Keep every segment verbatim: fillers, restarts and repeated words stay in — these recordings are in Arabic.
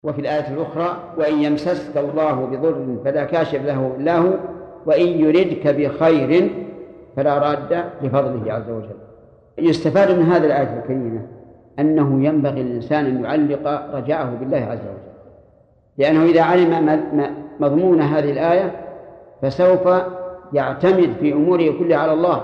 وفي الآية الأخرى وإن يمسسك الله بضر فلا كاشف له إلا هو وإن يردك بخير فلا راد لفضله عز وجل. يستفاد من هذه الآية الكريمة أنه ينبغي للإنسان أن يعلق رجاءه بالله عز وجل، لأنه إذا علم مضمون هذه الآية فسوف يعتمد في أموره كلها على الله.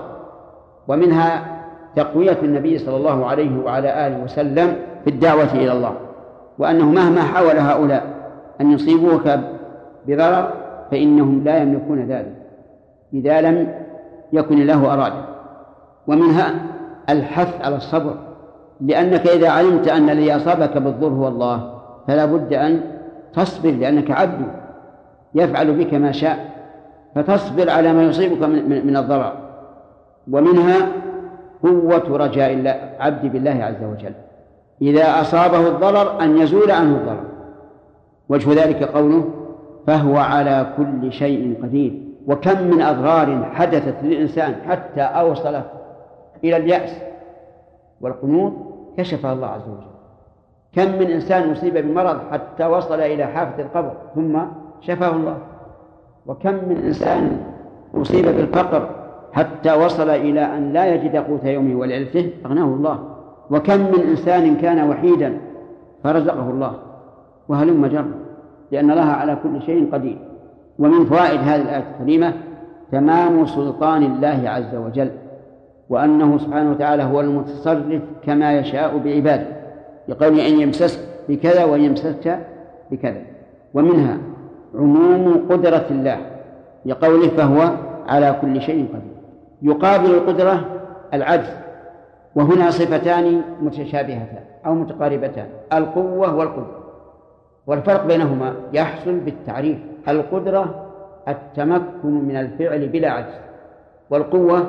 ومنها تقوية النبي صلى الله عليه وعلى آله وسلم في الدعوة إلى الله، وأنه مهما حاول هؤلاء أن يصيبوك بضرر فإنهم لا يملكون ذلك إذا لم يكن الله أراد. ومنها الحث على الصبر، لأنك إذا علمت أن الذي أصابك بالضر هو الله فلا بد أن تصبر، لأنك عبد يفعل بك ما شاء، فتصبر على ما يصيبك من الضرر. ومنها قوة رجاء العبد بالله عز وجل إذا أصابه الضرر أن يزول عنه الضرر. وجه ذلك قوله فهو على كل شيء قدير. وكم من أضرار حدثت للإنسان حتى أوصلت إلى اليأس والقنوط كشفها الله عز وجل. كم من إنسان أصيب بمرض حتى وصل إلى حافة القبر ثم شفاه الله. وكم من إنسان أصيب بالفقر حتى وصل إلى أن لا يجد قوت يومه وليلته أغناه الله. وكم من إنسان كان وحيدا فرزقه الله، وهلم جرا، لأن الله على كل شيء قدير. ومن فوائد هذه الآية الكريمة تمام سلطان الله عز وجل، وأنه سبحانه وتعالى هو المتصرف كما يشاء بعباده، يقول أن يمسسك بكذا وأن يمسسك بكذا. ومنها عموم قدرة الله لقوله فهو على كل شيء قدير. يقابل القدرة العجز، وهنا صفتان متشابهتان أو متقاربتان، القوة والقدرة، والفرق بينهما يحصل بالتعريف. القدرة التمكن من الفعل بلا عجز، والقوة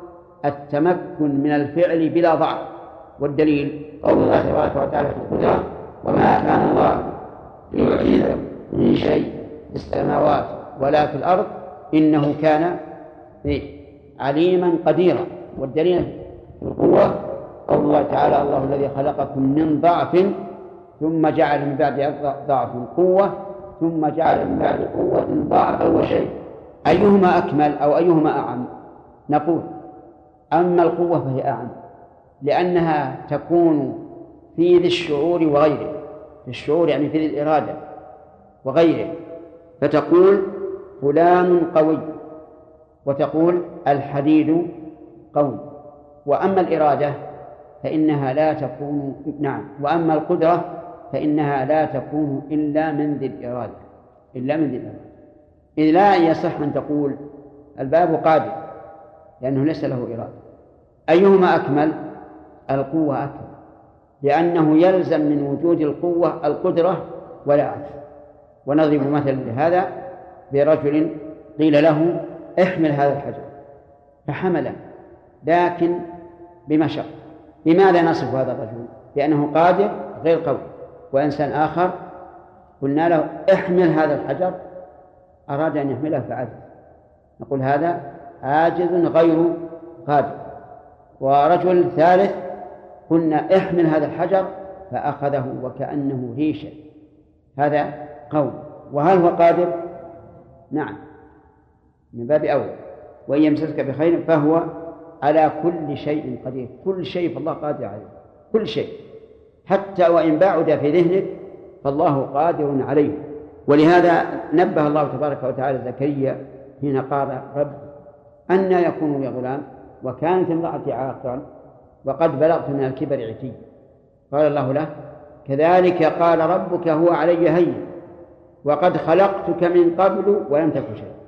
التمكن من الفعل بلا ضعف. والدليل قول الله تبارك وتعالى في القدرة وما كان الله ليعجزه من شيء في السماوات ولا في الأرض إنه كان عليما قديرا. والدليل في القوة قول الله تعالى الله الذي خلقكم من ضعف ثم جعل من بعد ضعف قوة ثم جعل من بعد قوة ضعفا وشيء أيهما أكمل أو أيهما أعم؟ نقول أما القوة فهي أعم، لأنها تكون في ذي الشعور وغيره. في الشعور يعني في ذي الإرادة وغيره، فتقول فلان قوي وتقول الحديد قوي. وأما الإرادة فإنها لا تكون نعم وأما القدرة فإنها لا تكون إلا من ذي الإرادة إلا من ذي الإرادة إذ لا يصح أن تقول الباب قادر لأنه ليس له إرادة. أيهما أكمل؟ القوة أكمل، لأنه يلزم من وجود القوة القدرة ولا عكس. ونضرب مثلا لهذا برجل قيل له احمل هذا الحجر فحمله لكن بمشق. لماذا نصف هذا الرجل؟ لأنه قادر غير قوي. وإنسان آخر قلنا له احمل هذا الحجر أراد أن يحمله فعجز، نقول هذا عاجز غير قادر. ورجل ثالث قلنا احمل هذا الحجر فأخذه وكأنه ريشة، هذا قوي. وهل هو قادر؟ نعم من باب أول. وإن يمسسك بخير فهو على كل شيء قدير. كل شيء فالله قادر عليه، كل شيء حتى وإن بعد في ذهنك فالله قادر عليه. ولهذا نبه الله تبارك وتعالى زكريا حين قال رب أنى يكون لي غلام وكانت امرأتي عاقرا وقد بلغت من الكبر عتيا. قال الله له كذلك قال ربك هو علي هين وقد خلقتك من قبل ولم تك شيئا.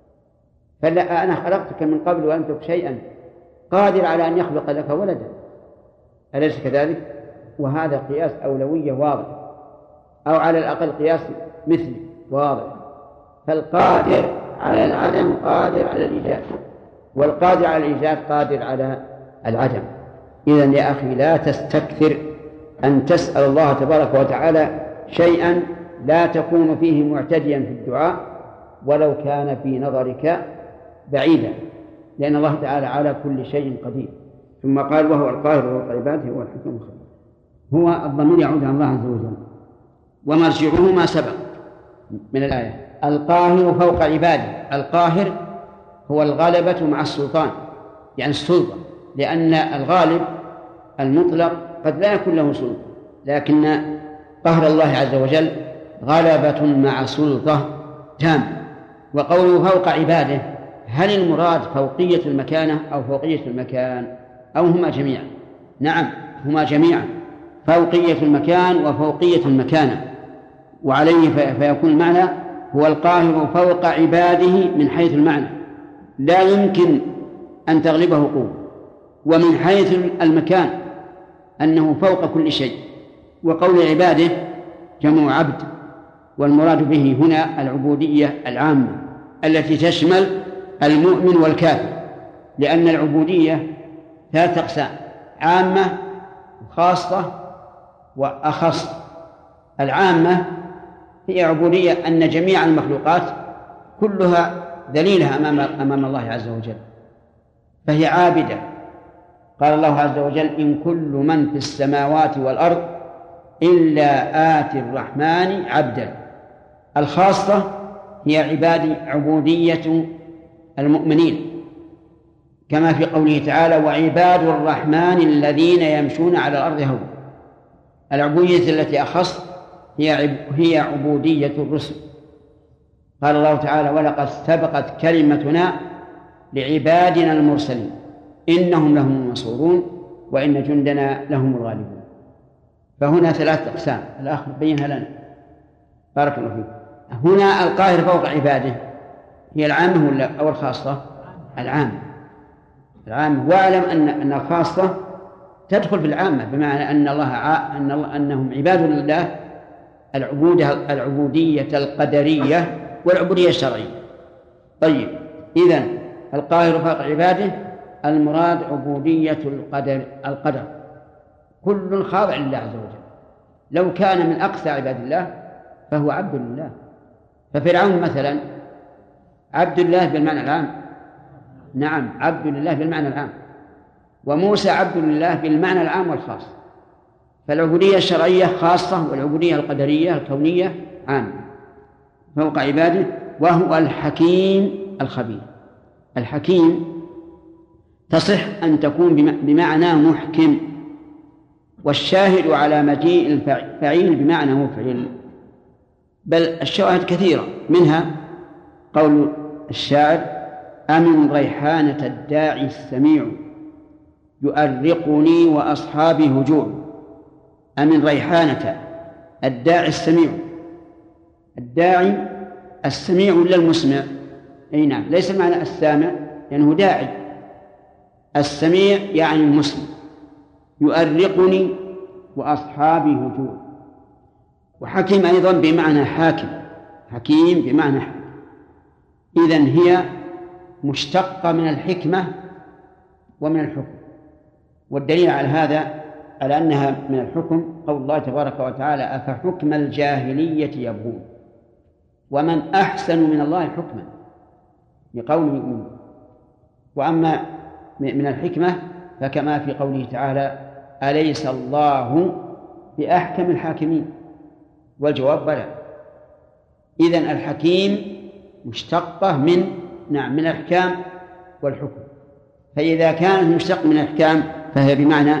فلا أنا خلقتك من قبل ولم تك شيئا قادر على أن يخلق لك ولدا، أليس كذلك؟ وهذا قياس أولوية واضح، أو على الأقل قياس مثلي واضح. فالقادر على العدم قادر على الإيجاد، والقادر على الإيجاد قادر على العدم. إذن يا أخي لا تستكثر أن تسأل الله تبارك وتعالى شيئا لا تكون فيه معتديا في الدعاء ولو كان في نظرك بعيدا، لأن الله تعالى على كل شيء قدير. ثم قال وهو القاهر وفوق عباده هو الحكيم الخبير. هو الضمير يعود على الله عز وجل، ومرجعه ما سبق من الآية. القاهر فوق عباده، القاهر هو الغلبة مع السلطان، يعني السلطة، لأن الغالب المطلق قد لا يكون له سلطة، لكن قهر الله عز وجل غلبة مع سلطة تامة. وقوله فوق عباده، هل المراد فوقية المكانة أو فوقية المكان أو هما جميعا؟ نعم، هما جميعا، فوقية المكان وفوقية المكانة. وعليه فيكون المعنى هو القاهر فوق عباده من حيث المعنى، لا يمكن أن تغلبه قوة، ومن حيث المكان أنه فوق كل شيء. وقول عباده جمع عبد، والمراد به هنا العبودية العامة التي تشمل المؤمن والكافر، لأن العبودية ثلاث أقسام: عامة وخاصة وأخص. العامة هي عبودية أن جميع المخلوقات كلها ذليلة أمام أمام الله عز وجل، فهي عابدة. قال الله عز وجل: إن كل من في السماوات والأرض إلا آتي الرحمن عبدا. الخاصة هي عباد عبودية المؤمنين، كما في قوله تعالى: وعباد الرحمن الذين يمشون على الأرض هونا. العبودية التي أخص هي هي عبودية الرسل. قال الله تعالى: ولقد سبقت كلمتنا لعبادنا المرسلين إنهم لهم المنصورون وإن جندنا لهم الغالبون. فهنا ثلاث أقسام، الأخ بينها لنا بارك الله فيك. هنا القاهر فوق عباده هي العامة ولا أو الخاصة؟ العامة، العامة. واعلم أن أن الخاصة تدخل في العامة، بمعنى أن الله ع... أن الله أنهم عباد لله العبودية العبودية القدرية والعبودية الشرعية. طيب، إذن القاهر فوق عباده المراد عبودية القدر القدر كل خاضع لله عز وجل. لو كان من أقصى عباد الله فهو عبد لله. ففرعون مثلا عبد الله بالمعنى العام، نعم عبد لله بالمعنى العام، وموسى عبد لله بالمعنى العام والخاص. فالعبودية الشرعية خاصة والعبودية القدرية الكونية عامة فوق عباده. وهو الحكيم الخبير. الحكيم تصح أن تكون بمعنى محكم، والشاهد على مجيء الفعيل بمعنى مفعل، بل الشواهد كثيرة، منها قول الشاعر: أمن ريحانة الداعي السميع يؤرقني وأصحابي هجوع. أمن ريحانة الداعي السميع، الداعي السميع ولا المسمع؟ أي نعم، ليس معنى السامع لأنه داعي، السميع يعني المسمع. يؤرقني وأصحابي هجوع. وحكيم أيضا بمعنى حاكم، حكيم بمعنى حاكم. إذن هي مشتقة من الحكمة ومن الحكم. والدليل على هذا على أنها من الحكم قول الله تبارك وتعالى: أفحكم الجاهلية يبغون ومن أحسن من الله حكما لقوم يؤمنون. وأما من الحكمة فكما في قوله تعالى: أليس الله بأحكم الحاكمين؟ والجواب بلى. إذن الحكيم مشتقة من نعم من الأحكام والحكم. فإذا كانت مشتقة من الأحكام فهي بمعنى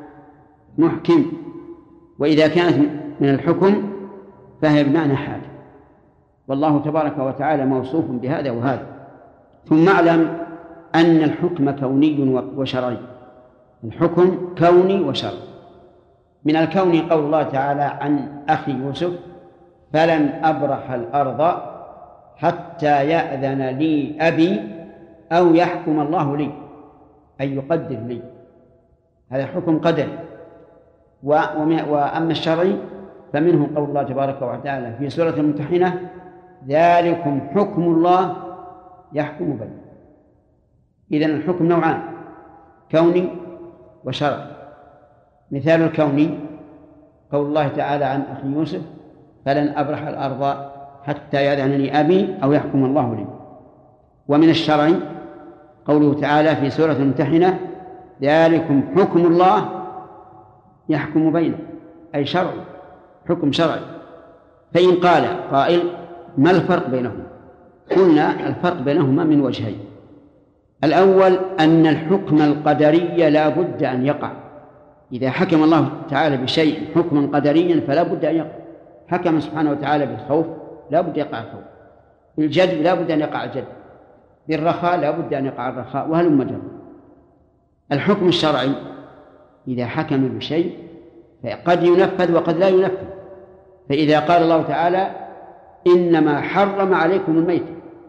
محكم، وإذا كانت من الحكم فهي بمعنى حاكم. والله تبارك وتعالى موصوف بهذا وهذا. ثم اعلم أن الحكم كوني وشرعي. الحكم كوني وشرعي. من الكون قول الله تعالى عن أخي يوسف: فلن أبرح الأرض حتى يأذن لي أبي أو يحكم الله لي، أي يقدر لي. هذا حكم قدر. وأما الشرعي فمنه قول الله تبارك وتعالى في سورة الممتحنة: ذلكم حكم الله يحكم بينكم. إذن الحكم نوعان: كوني وشرعي. مثال الكوني قول الله تعالى عن أخي يوسف: فلن أبرح الأرض حتى يأذن لي أبي أو يحكم الله لي. ومن الشرعي قوله تعالى في سورة الممتحنة: ذلكم حكم الله يحكم بينكم، أي شرعي، حكم شرعي. فإن قال قائل ما الفرق بينهما؟ قلنا الفرق بينهما من وجهين. الأول أن الحكم القدري لا بد أن يقع. إذا حكم الله تعالى بشيء حكما قدريا فلا بد أن يقع. حكم سبحانه وتعالى بالخوف لا بد يقع الخوف، بالجد لا بد أن يقع الجد، بالرخاء لا بد أن يقع الرخاء، وهلم جرا. الحكم الشرعي إذا حكم بشيء فقد ينفذ وقد لا ينفذ. فإذا قال الله تعالى إنما حرم عليكم الميت،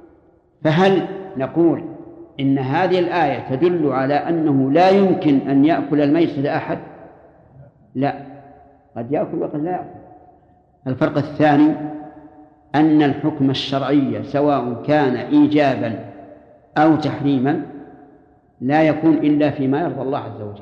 فهل نقول إن هذه الآية تدل على أنه لا يمكن أن يأكل الميت أحد؟ لا، قد يأكل وقد لا يأكل. الفرق الثاني أن الحكم الشرعي سواء كان إيجابا أو تحريما لا يكون إلا فيما يرضى الله عز وجل.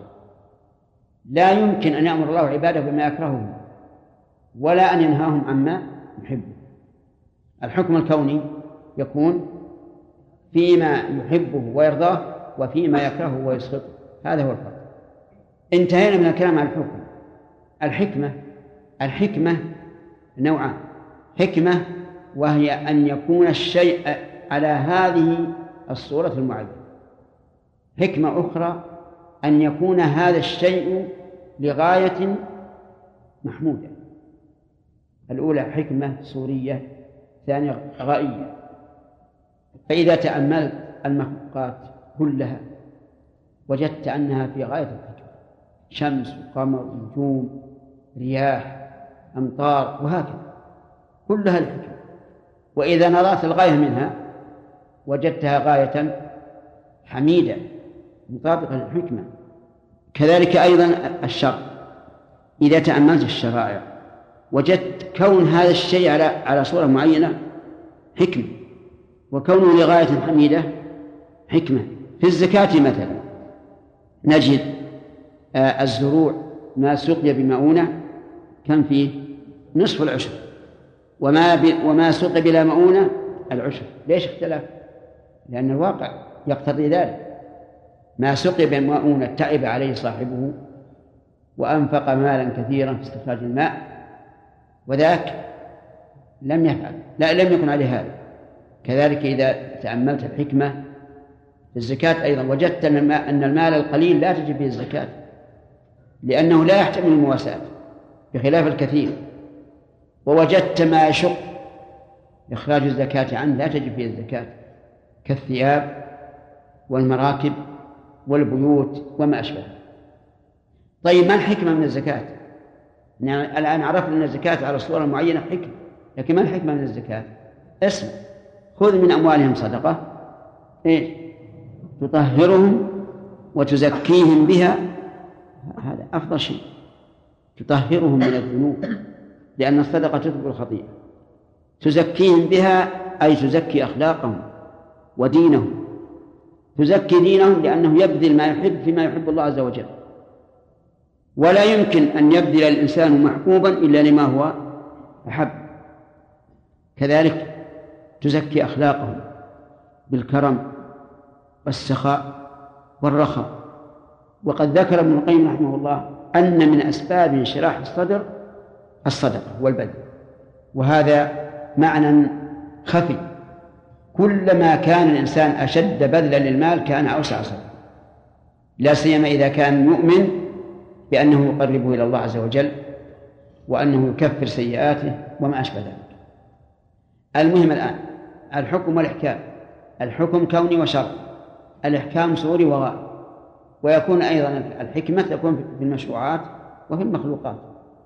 لا يمكن أن يأمر الله عباده بما يكرههم ولا أن ينهاهم عما يحبه. الحكم الكوني يكون فيما يحبه ويرضاه وفيما يكرهه ويسخطه، هذا هو الفرق. انتهينا من الكلام عن الحكم. الحكمة الحكمة نوعان: حكمة وهي أن يكون الشيء على هذه الصورة المعينة، حكمة أخرى أن يكون هذا الشيء لغاية محمودة. الأولى حكمة صورية، ثانية غائية. فإذا تأملت المخلوقات كلها وجدت أنها في غاية الحكمة: شمس وقمر ونجوم رياح أمطار وهكذا، كلها الحكمة. وإذا نظرت الغاية منها وجدتها غاية حميدة مطابقة للحكمة. كذلك أيضا الشرع، إذا تأملت الشرائع وجدت كون هذا الشيء على على صورة معينة حكمة، وكونه لغاية حميدة حكمة. في الزكاة مثلا نجد آه الزروع ما سقي بمؤونة كم فيه؟ نصف العشر، وما, وما سقي بلا مؤونة العشر. ليش اختلاف؟ لأن الواقع يقتضي ذلك. ما سقي بمؤونة تعب عليه صاحبه وأنفق مالا كثيرا في استخراج الماء، وذاك لم يفعل، لا لم يكن عليه هذا. كذلك إذا تأملت الحكمة في الزكاة أيضا وجدت أن المال القليل لا تجب فيه الزكاة، لأنه لا يحتمل المواساة بخلاف الكثير. ووجدت ما يشق إخراج الزكاة عنه لا تجب فيه الزكاة، كالثياب والمراكب والبيوت وما أشبه. طيب ما الحكمة من الزكاة؟ يعني الآن عرفنا أن الزكاة على صورة معينة حكمة، لكن ما الحكمة من الزكاة؟ اسم: خذ من أموالهم صدقة إيش؟ تطهرهم وتزكيهم بها. هذا أفضل شيء، تطهرهم من الذنوب، لأن الصدقة تذكر الخطيئة. تزكيهم بها أي تزكي أخلاقهم ودينهم. تزكي دينهم لأنه يبذل ما يحب فيما يحب الله عز وجل، ولا يمكن أن يبذل الإنسان محبوبا إلا لما هو أحب. كذلك تزكي أخلاقهم بالكرم والسخاء والرخاء. وقد ذكر ابن القيم رحمه الله أن من أسباب انشراح الصدر الصدقة والبذل، وهذا معنى خفي. كلما كان الإنسان أشد بذلا للمال كان أوسع صدقة، لا سيما إذا كان يؤمن بأنه يقربه إلى الله عز وجل وأنه يكفر سيئاته وما أشبه ذلك. المهم الآن الحكم والإحكام. الحكم كوني وشرعي، الإحكام صوري وغائي. ويكون أيضا الحكمة تكون في المشروعات وفي المخلوقات.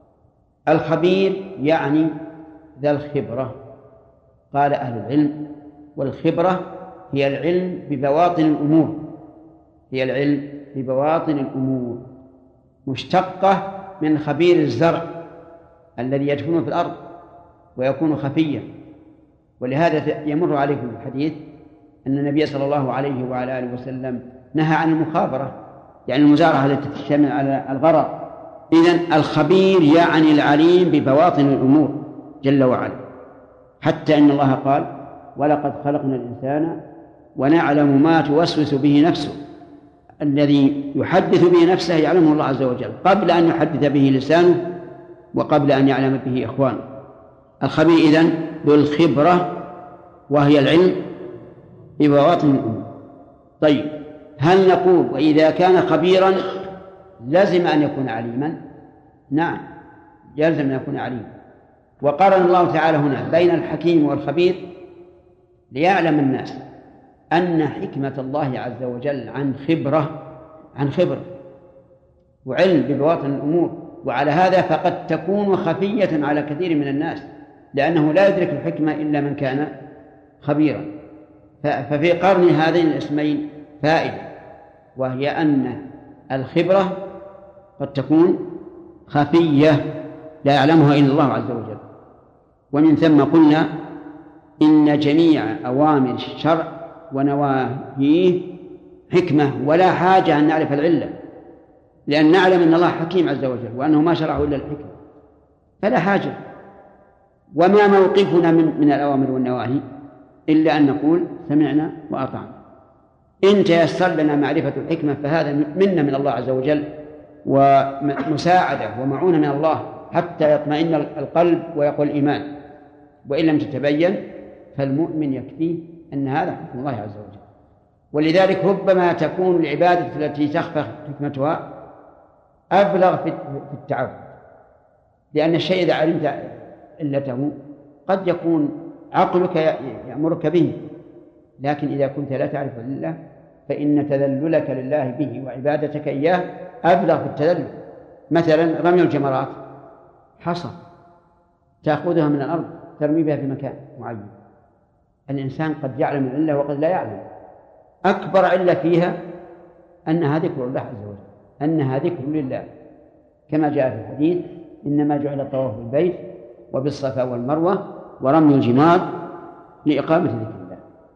الخبير يعني ذا الخبرة، قال أهل العلم: والخبرة هي العلم ببواطن الأمور، هي العلم ببواطن الأمور، مشتقة من خبير الزرع الذي يدفن في الأرض ويكون خفيا. ولهذا يمر عليكم الحديث أن النبي صلى الله عليه وعلى آله وسلم نهى عن المخابرة، يعني المزارعة التي تشتمل على الغرر. إذن الخبير يعني العليم ببواطن الأمور جل وعلا، حتى إن الله قال: ولقد خلقنا الإنسان ونعلم ما توسوس به نفسه. الذي يحدث به نفسه يعلمه الله عز وجل قبل أن يحدث به لسانه وقبل أن يعلم به إخوانه. الخبير إذن ذو الخبرة وهي العلم ببواطن الأمور. طيب، هل نقول وإذا كان خبيرا لازم أن يكون عليما؟ نعم، يلزم أن يكون عليما. وقارن الله تعالى هنا بين الحكيم والخبير ليعلم الناس أن حكمة الله عز وجل عن خبرة عن خبرة وعلم ببواطن الأمور، وعلى هذا فقد تكون خفية على كثير من الناس، لأنه لا يدرك الحكمة إلا من كان خبيرا. ففي قرن هذين الاسمين فائدة، وهي أن الخبرة قد تكون خفية لا يعلمها إلا الله عز وجل. ومن ثم قلنا إن جميع أوامر الشرع ونواهيه حكمة، ولا حاجة أن نعرف العلة، لأن نعلم أن الله حكيم عز وجل وأنه ما شرعه إلا الحكمة، فلا حاجة. وما موقفنا من, من الأوامر والنواهي إلا أن نقول سمعنا وأطعنا. إن تيسر لنا معرفة الحكمة فهذا منا من الله عز وجل، ومساعدة ومعونة من الله حتى يطمئن القلب ويقول الإيمان. وإن لم تتبين فالمؤمن يكفيه أن هذا حكم الله عز وجل. ولذلك ربما تكون العبادة التي تخفى حكمتها أبلغ في التعبد، لأن الشيء إذا علمت علته قد يكون عقلك يأمرك به، لكن إذا كنت لا تعرف لله فإن تذللك لله به وعبادتك إياه أبلغ في التذلل. مثلا رمي الجمرات، حصى تأخذها من الأرض ترمي بها في مكان معين، الإنسان قد يعلم العلة وقد لا يعلم. أكبر علة فيها أنها ذكر الله عز وجل، أنها ذكر لله، كما جاء في الحديث إنما جعل الطواف بالبيت وبالصفا والمروة ورمي الجمار لإقامة ذكر الله.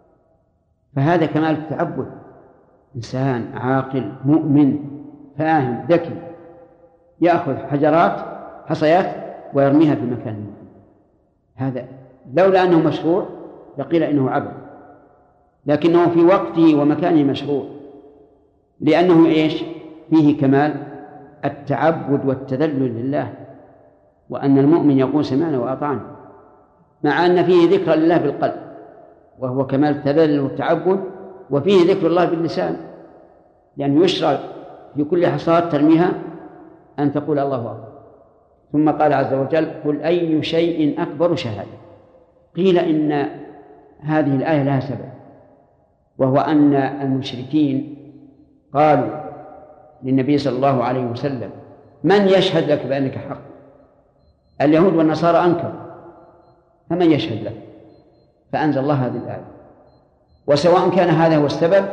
فهذا كمال التعبد، إنسان عاقل مؤمن فاهم ذكي يأخذ حجرات حصيات ويرميها في مكان معين. هذا لولا أنه مشروع لقيل إنه عبد، لكنه في وقته ومكانه مشروع، لأنه إيش؟ فيه كمال التعبد والتذلل لله، وأن المؤمن يقول سمعنا وأطعنا، مع أن فيه ذكر لله بالقلب وهو كمال التذلل والتعبد، وفيه ذكر الله باللسان، لأنه يشرع في كل حصاة ترميها أن تقول الله أكبر. ثم قال عز وجل قل أي شيء أكبر شهادة. قيل إن هذه الآية لها سبب، وهو أن المشركين قالوا للنبي صلى الله عليه وسلم من يشهد لك بأنك حق؟ اليهود والنصارى أنكروا، فمن يشهد لك؟ فأنزل الله هذه الآية. وسواء كان هذا هو السبب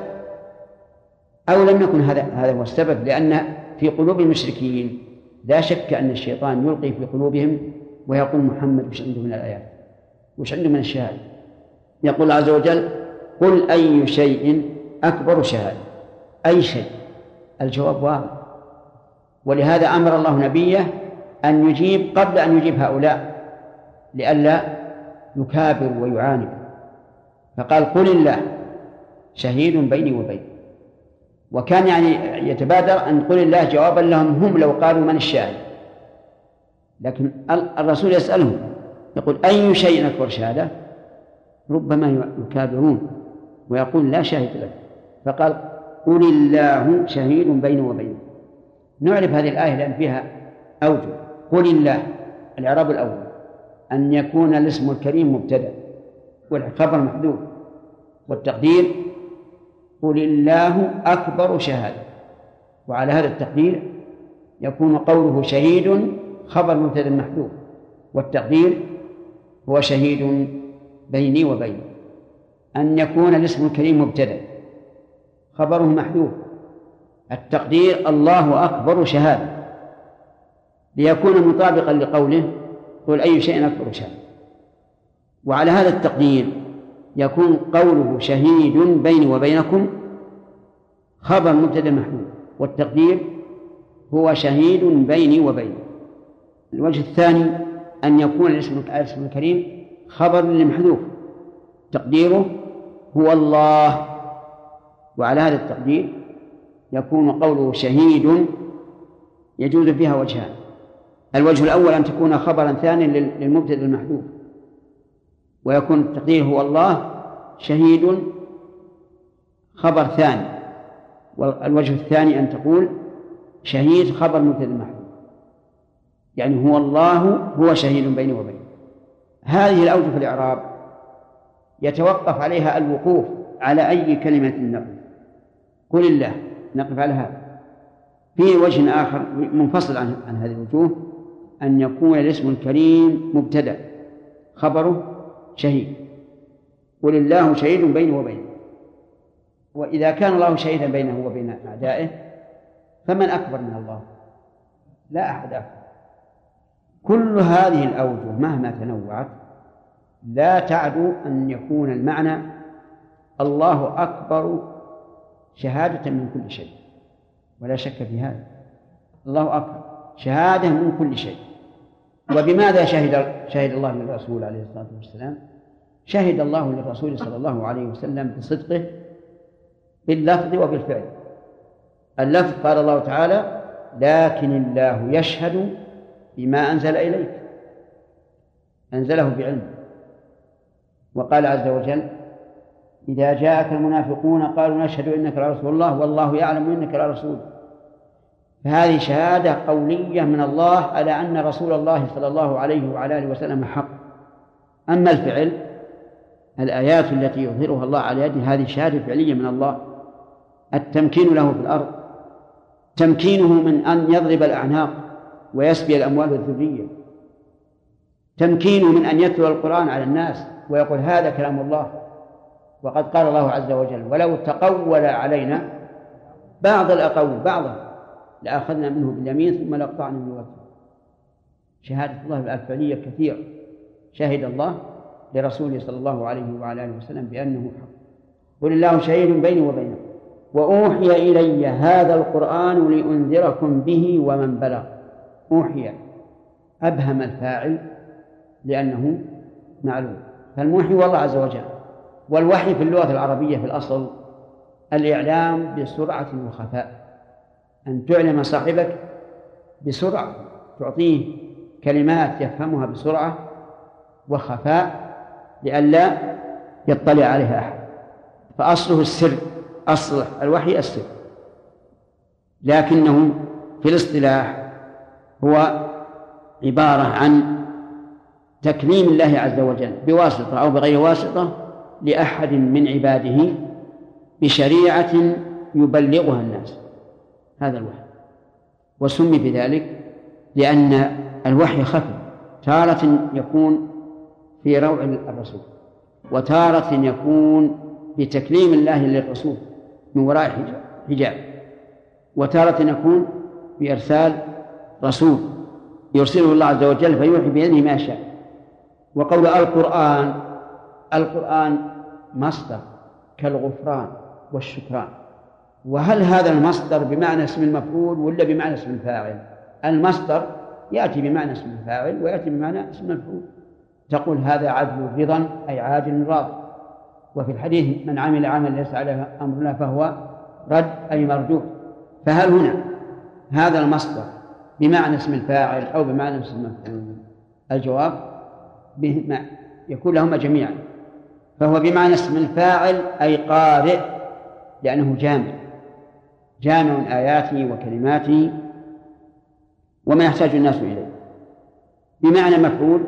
أو لم يكن هذا هذا هو السبب، لأن في قلوب المشركين لا شك أن الشيطان يلقي في قلوبهم ويقول محمد وش عنده من الآيات وش عنده من الشهادة. يقول عز وجل قل أي شيء أكبر شهادة. أي شيء، الجواب واضح، ولهذا أمر الله نبيه أن يجيب قبل أن يجيب هؤلاء لئلا يكابر ويعاند، فقال قل الله شهيد بيني وبينك. وكان يعني يتبادر أن قل الله جوابا لهم هم لو قالوا من الشاهد، لكن الرسول يسألهم يقول أي شيء أكبر شهادة، ربما يكابرون ويقول لا شاهد له، فقال قل الله شهيد بيني وبينك. نعرف هذه الآية لأن فيها أوجه. قل الله الإعراب الأول أن يكون الاسم الكريم مبتدأ والخبر محذوف، والتقدير قل الله أكبر شهادة، وعلى هذا التقدير يكون قوله شهيد خبر مبتدأ محذوف، والتقدير هو شهيد بيني وبينك. أن يكون الاسم الكريم مبتدأ خبره محذوف، التقدير الله أكبر شهادة، ليكون مطابقا لقوله قل أي شيء أكبر شهادة. وعلى هذا التقدير يكون قوله شهيد بيني وبينكم خبر مبتدأ محذوف، والتقدير هو شهيد بيني وبينك. الوجه الثاني أن يكون الاسم الكريم خبر للمحذوف، تقديره هو الله، وعلى هذا التقدير يكون قوله شهيد يجوز فيها وجهان. الوجه الأول أن تكون خبرا ثانيا للمبتدأ المحذوف، ويكون التقدير هو الله شهيد خبر ثاني، والوجه الثاني أن تقول شهيد خبر مبتدأ محذوف، يعني هو الله هو شهيد بيني وبينه. هذه الأوجه في الإعراب يتوقف عليها الوقوف على أي كلمة نقف. قل الله نقف على هذا. في وجه آخر منفصل عن, عن هذه الوجوه أن يكون الاسم الكريم مبتدأ خبره شهيد، قل الله شهيد بينه وبينه. وإذا كان الله شهيدا بينه وبين أعدائه فمن أكبر من الله؟ لا أحد أكبر. كل هذه الأوجه مهما تنوعت لا تعدو أن يكون المعنى الله أكبر شهادة من كل شيء، ولا شك في هذا. الله أكبر شهادة من كل شيء. وبماذا شهد شهد الله للرسول عليه الصلاة والسلام؟ شهد الله للرسول صلى الله عليه وسلم بصدقه باللفظ وبالفعل. اللفظ قال الله تعالى لكن الله يشهد بما أنزل إليك، أنزله بعلم. وقال عز وجل إذا جاءك المنافقون قالوا نشهد إنك لرسول الله والله يعلم إنك لرسول. فهذه شهادة قولية من الله على أن رسول الله صلى الله عليه وعلى آله وسلم حق. أما الفعل الآيات التي يظهرها الله على يده هذه شهادة فعلية من الله. التمكين له في الأرض، تمكينه من أن يضرب الأعناق ويسبي الأموال والذرية، تمكينه من أن يتلو القرآن على الناس ويقول هذا كلام الله. وقد قال الله عز وجل ولو تقول علينا بعض الأقوال بعضا لأخذنا منه باليمين ثم لقطعنا من الوتر. شهادة الله الفعلية كثير. شهد الله لرسوله صلى الله عليه وعلى آله وسلم بأنه حق. قل الله شهيد بيني وبينكم وأوحي إلي هذا القرآن لأنذركم به ومن بلغ. أوحي أبهم الفاعل لأنه معلوم، فالموحي هو الله عز وجل. والوحي في اللغة العربية في الأصل الإعلام بسرعة وخفاء، أن تعلم صاحبك بسرعة، تعطيه كلمات يفهمها بسرعة وخفاء لئلا يطلع عليها أحد. فأصله السر، أصل الوحي السر، لكنه في الاصطلاح هو عبارة عن تكليم الله عز وجل بواسطة أو بغير واسطة لأحد من عباده بشريعة يبلغها الناس. هذا الوحي. وسمي بذلك لأن الوحي خفي، تارة يكون في روع الرسول وتارة يكون بتكليم الله للرسول من وراء حجاب، وتارة يكون بإرسال رسول يرسله الله عز وجل فيوحي بإذنه ما شاء. وقول القرآن، القرآن مصدر كالغفران والشكران. وهل هذا المصدر بمعنى اسم المفعول ولا بمعنى اسم الفاعل؟ المصدر يأتي بمعنى اسم الفاعل ويأتي بمعنى اسم المفعول. تقول هذا عدل رضا أي عادل راضي. وفي الحديث من عمل عمل ليس عليه أمرنا فهو رد أي مردود. فهل هنا هذا المصدر بمعنى اسم الفاعل أو بمعنى اسم المفعول؟ الجواب بما يكون لهما جميعا. فهو بمعنى اسم الفاعل أي قارئ، لأنه جامع جامع آياته وكلماته وما يحتاج الناس إليه. بمعنى مفعول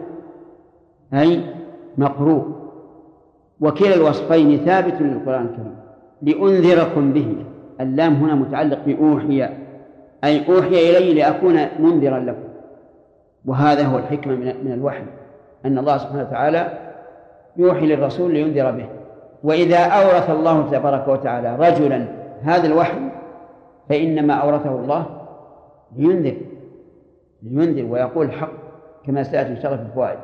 أي مقروء. وكلا الوصفين ثابت للقرآن الكريم. لأنذركم به، اللام هنا متعلق بأوحي أي أوحي إلي لأكون منذرا لكم. وهذا هو الحكمة من الوحي، أن الله سبحانه وتعالى يوحي للرسول لينذر به. وإذا أورث الله تبارك وتعالى رجلا هذا الوحي فإنما أورثه الله لينذر لينذر ويقول الحق كما سيأتي إن شاء الله في الفوائد.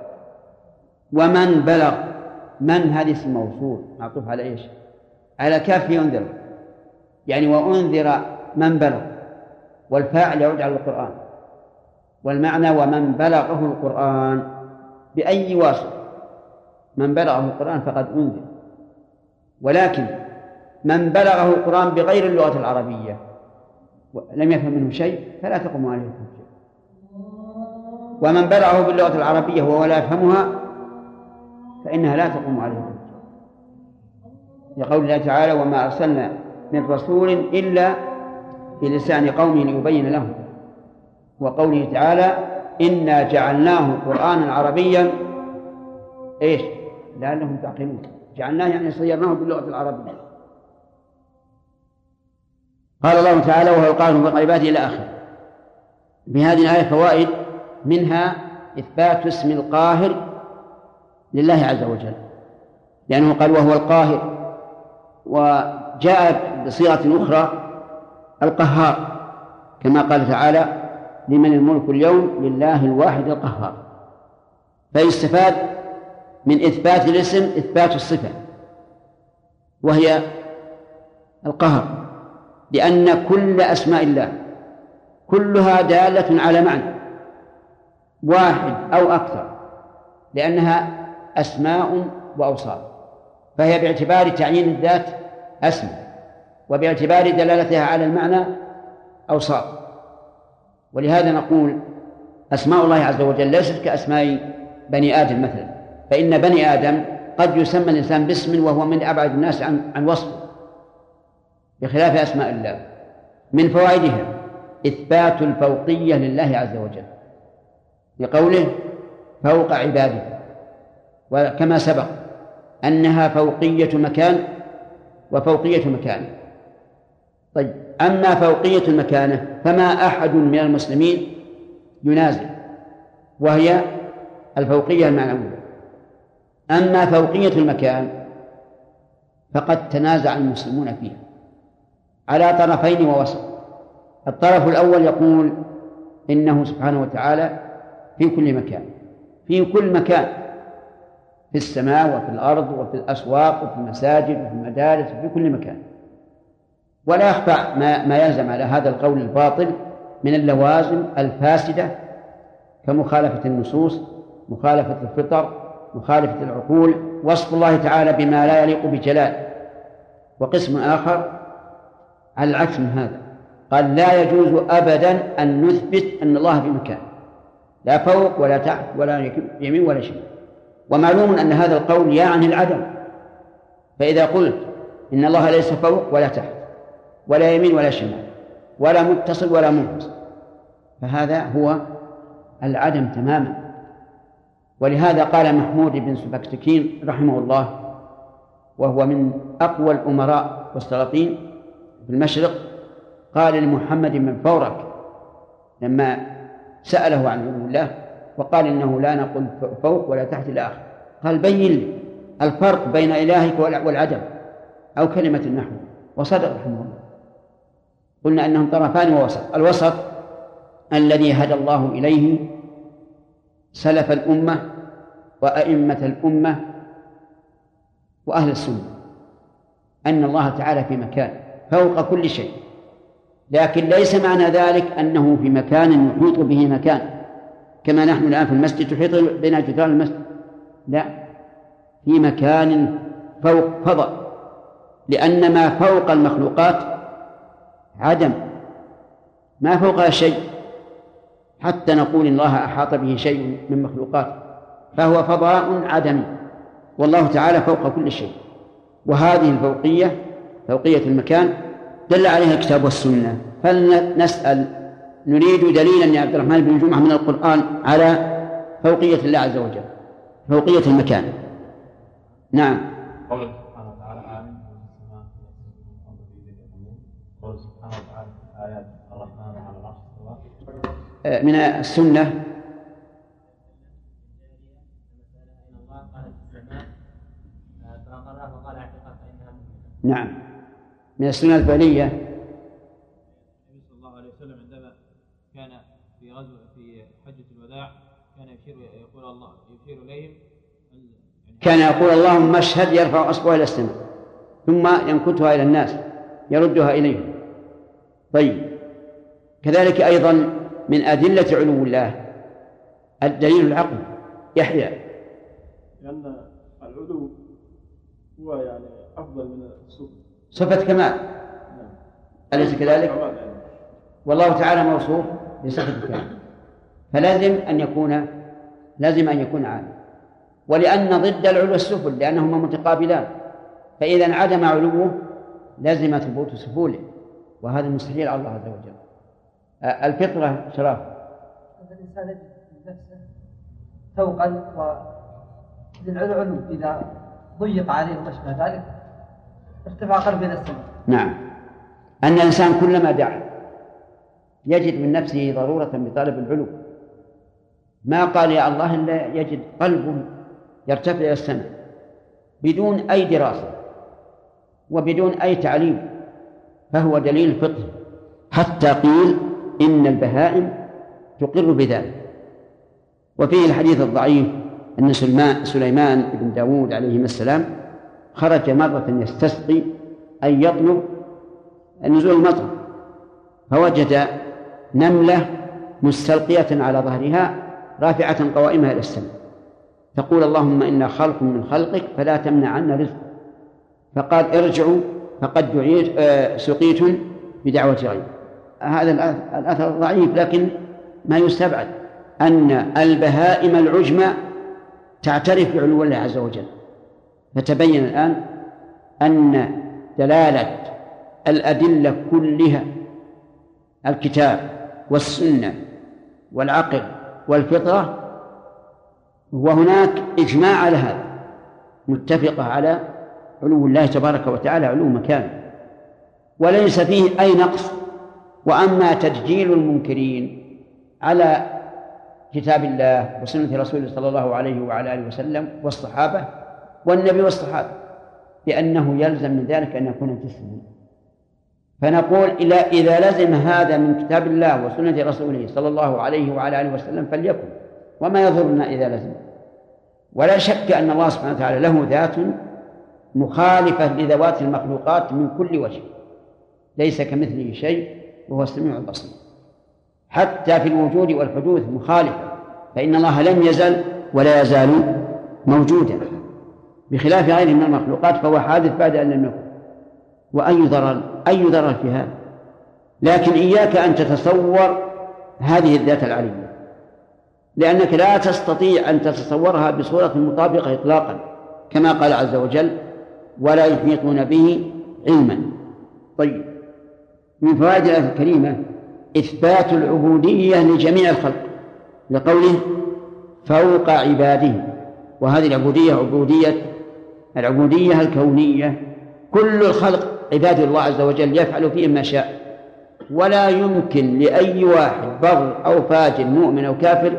ومن بلغ، من هذه اسم موصول معطوف على إيش؟ على كاف ينذر، يعني وأنذر من بلغ، والفاعل يعود على القرآن. والمعنى ومن بلغه القرآن بأي واسطة، من بلغه القرآن فقد أنذر. ولكن من بلغه القرآن بغير اللغة العربية لم يفهم منه شيء فلا تقوم عليه الحجة. ومن بلغه باللغة العربية وهو لا يفهمها فإنها لا تقوم عليه الحجة، لقول الله تعالى: وما أرسلنا من رسول إلا بلسان قومه ليبين لهم، وقوله تعالى: إنا جعلناه قرآنا عربيا إيش لعلهم تعقلون. جعلناه يعني صيرناه باللغة العربية. قال الله تعالى: وهو القاهر فوق عباده إلى آخره. بهذه الآية فوائد، منها إثبات اسم القاهر لله عز وجل، لأنه قال وهو القاهر، وجاء بصيغة أخرى القهار، كما قال تعالى: لمن الملك اليوم لله الواحد القهار. فيستفاد من إثبات الاسم إثبات الصفة وهي القهر، لأن كل أسماء الله كلها دالة على معنى واحد أو أكثر، لأنها أسماء وأوصاف، فهي باعتبار تعيين الذات اسم، وباعتبار دلالتها على المعنى أوصاف. ولهذا نقول أسماء الله عز وجل ليست كأسماء بني آدم مثلا، فإن بني آدم قد يسمى الإنسان باسم وهو من أبعد الناس عن عن وصفه، بخلاف أسماء الله. من فوائدها إثبات الفوقية لله عز وجل بقوله: فوق عباده، وكما سبق أنها فوقية مكان وفوقية مكان. طيب، أما فوقية المكانة فما أحد من المسلمين ينازل، وهي الفوقية المعنوية. أما فوقية المكان فقد تنازع المسلمون فيها على طرفين ووسط. الطرف الأول يقول إنه سبحانه وتعالى في كل مكان، في كل مكان، في السماء وفي الأرض وفي الأسواق وفي المساجد وفي المدارس وفي كل مكان. ولا يخفى ما, ما يلزم على هذا القول الباطل من اللوازم الفاسدة، كمخالفة النصوص، مخالفة الفطر، مخالفة العقول، وصف الله تعالى بما لا يليق بجلاله. وقسم آخر على العكس من هذا، قال: لا يجوز أبدا أن نثبت أن الله في مكان، لا فوق ولا تحت ولا يمين ولا شمال. ومعلوم أن هذا القول يعني العدم، فإذا قلت إن الله ليس فوق ولا تحت ولا يمين ولا شمال ولا متصل ولا منفصل، فهذا هو العدم تماما. ولهذا قال محمود بن سبكتكين رحمه الله، وهو من أقوى الأمراء والسلاطين في المشرق، قال لمحمد بن فورك لما سأله عن علو الله وقال إنه لا نقول فوق ولا تحت إلى آخره، قال: بين لي الفرق بين إلهك والعدم أو كلمة النحو. وصدق رحمه الله. قلنا أنهم طرفان ووسط. الوسط الذي هدى الله إليه سلف الأمة وأئمة الأمة وأهل السنة، أن الله تعالى في مكان فوق كل شيء، لكن ليس معنى ذلك أنه في مكان يحيط به مكان، كما نحن الآن في المسجد تحيط بين جدار المسجد، لا، في مكان فوق فضاء، لأن ما فوق المخلوقات عدم، ما فوقها شيء حتى نقول إن الله أحاط به شيء من مخلوقات، فهو فضاء عدمي، والله تعالى فوق كل شيء. وهذه الفوقية فوقية المكان دل عليها الكتاب والسنة. فلنسأل، نريد دليلا يا عبد الرحمن بن جمعة من القرآن على فوقية الله عز وجل، فوقية المكان. نعم. قوله سبحانه وتعالى: آمن بالسماء قوله سبحانه وتعالى في آيات الرحمن على العرش استوى. من السنة نعم، من السنة الفعلية. النبي صلى الله عليه وسلم عندما كان في غزوة في حجة الوداع كان يشير يقول الله يشير إليهم، كان يقول: اللهم اشهد، يرفع أصبعه إلى السماء ثم ينكتها إلى الناس يردها إليهم. طيب، كذلك أيضا من أدلة علو الله الدليل العقل. يحيى: لأن العلو هو يعني أفضل من الصفة، صفة كمال، أليس كذلك؟ والله تعالى موصوف بصفة كمال، فلازم أن يكون لازم أن يكون عالم. ولأن ضد العلو السفل لأنهما متقابلان، فإذا انعدم علوه لازم ثبوت سفوله، وهذا مستحيل على الله عز وجل. الفطرة شرف الإنسان يجد نفسه فوقا وللعلو علو، إذا ضيق عليه وما شابه ذلك ارتفع قلبه إلى السماء. نعم، أن الإنسان كلما دعا يجد من نفسه ضرورة بطلب العلو، ما قال يا الله إلا يجد قلبه يرتفع إلى السماء بدون أي دراسة وبدون أي تعليم، فهو دليل الفطر، حتى قيل إن البهائم تقر بذلك. وفيه الحديث الضعيف أن سليمان بن داود عليه السلام خرج مرة يستسقي أن يطلب نزول المطر، فوجد نملة مستلقية على ظهرها رافعة قوائمها إلى السماء، تقول اللهم إنا خلق من خلقك فلا تمنع عنا رزق، فقال ارجعوا فقد سقيتم بدعوة غير. هذا الأثر ضعيف، لكن ما يستبعد أن البهائم العجمى تعترف بعلو الله عز وجل. فتبين الآن أن دلالة الأدلة كلها، الكتاب والسنة والعقل والفطرة، وهناك إجماع على هذا، متفقة على علو الله تبارك وتعالى علو مكان، وليس فيه أي نقص. وأما تدجيل المنكرين على كتاب الله وسنة رسوله صلى الله عليه وعلى آله وسلم والصحابة والنبي والصحابة بأنه يلزم من ذلك أن يكون جسما، فنقول إذا لزم هذا من كتاب الله وسنة رسوله صلى الله عليه وعلى آله وسلم فليكن، وما يضرنا إذا لزم. ولا شك أن الله سبحانه وتعالى له ذات مخالفة لذوات المخلوقات من كل وجه، ليس كمثله شيء وهو السميع البصير، حتى في الوجود والحدوث مخالفة، فإن الله لم يزل ولا يزال موجودا، بخلاف غيره من المخلوقات فهو حادث بعد أن لم يكن. وأي ضرر أي ضرر في هذا؟ لكن إياك أن تتصور هذه الذات العلية، لأنك لا تستطيع أن تتصورها بصورة مطابقة إطلاقا، كما قال عز وجل ولا يحيطون به علما. طيب، من فوائد الآية الكريمة إثبات العبودية لجميع الخلق، لقوله فوق عباده، وهذه العبودية عبودية العبودية الكونية، كل الخلق عباد الله عز وجل يفعل فيهم ما شاء، ولا يمكن لأي واحد بر أو فاجر مؤمن أو كافر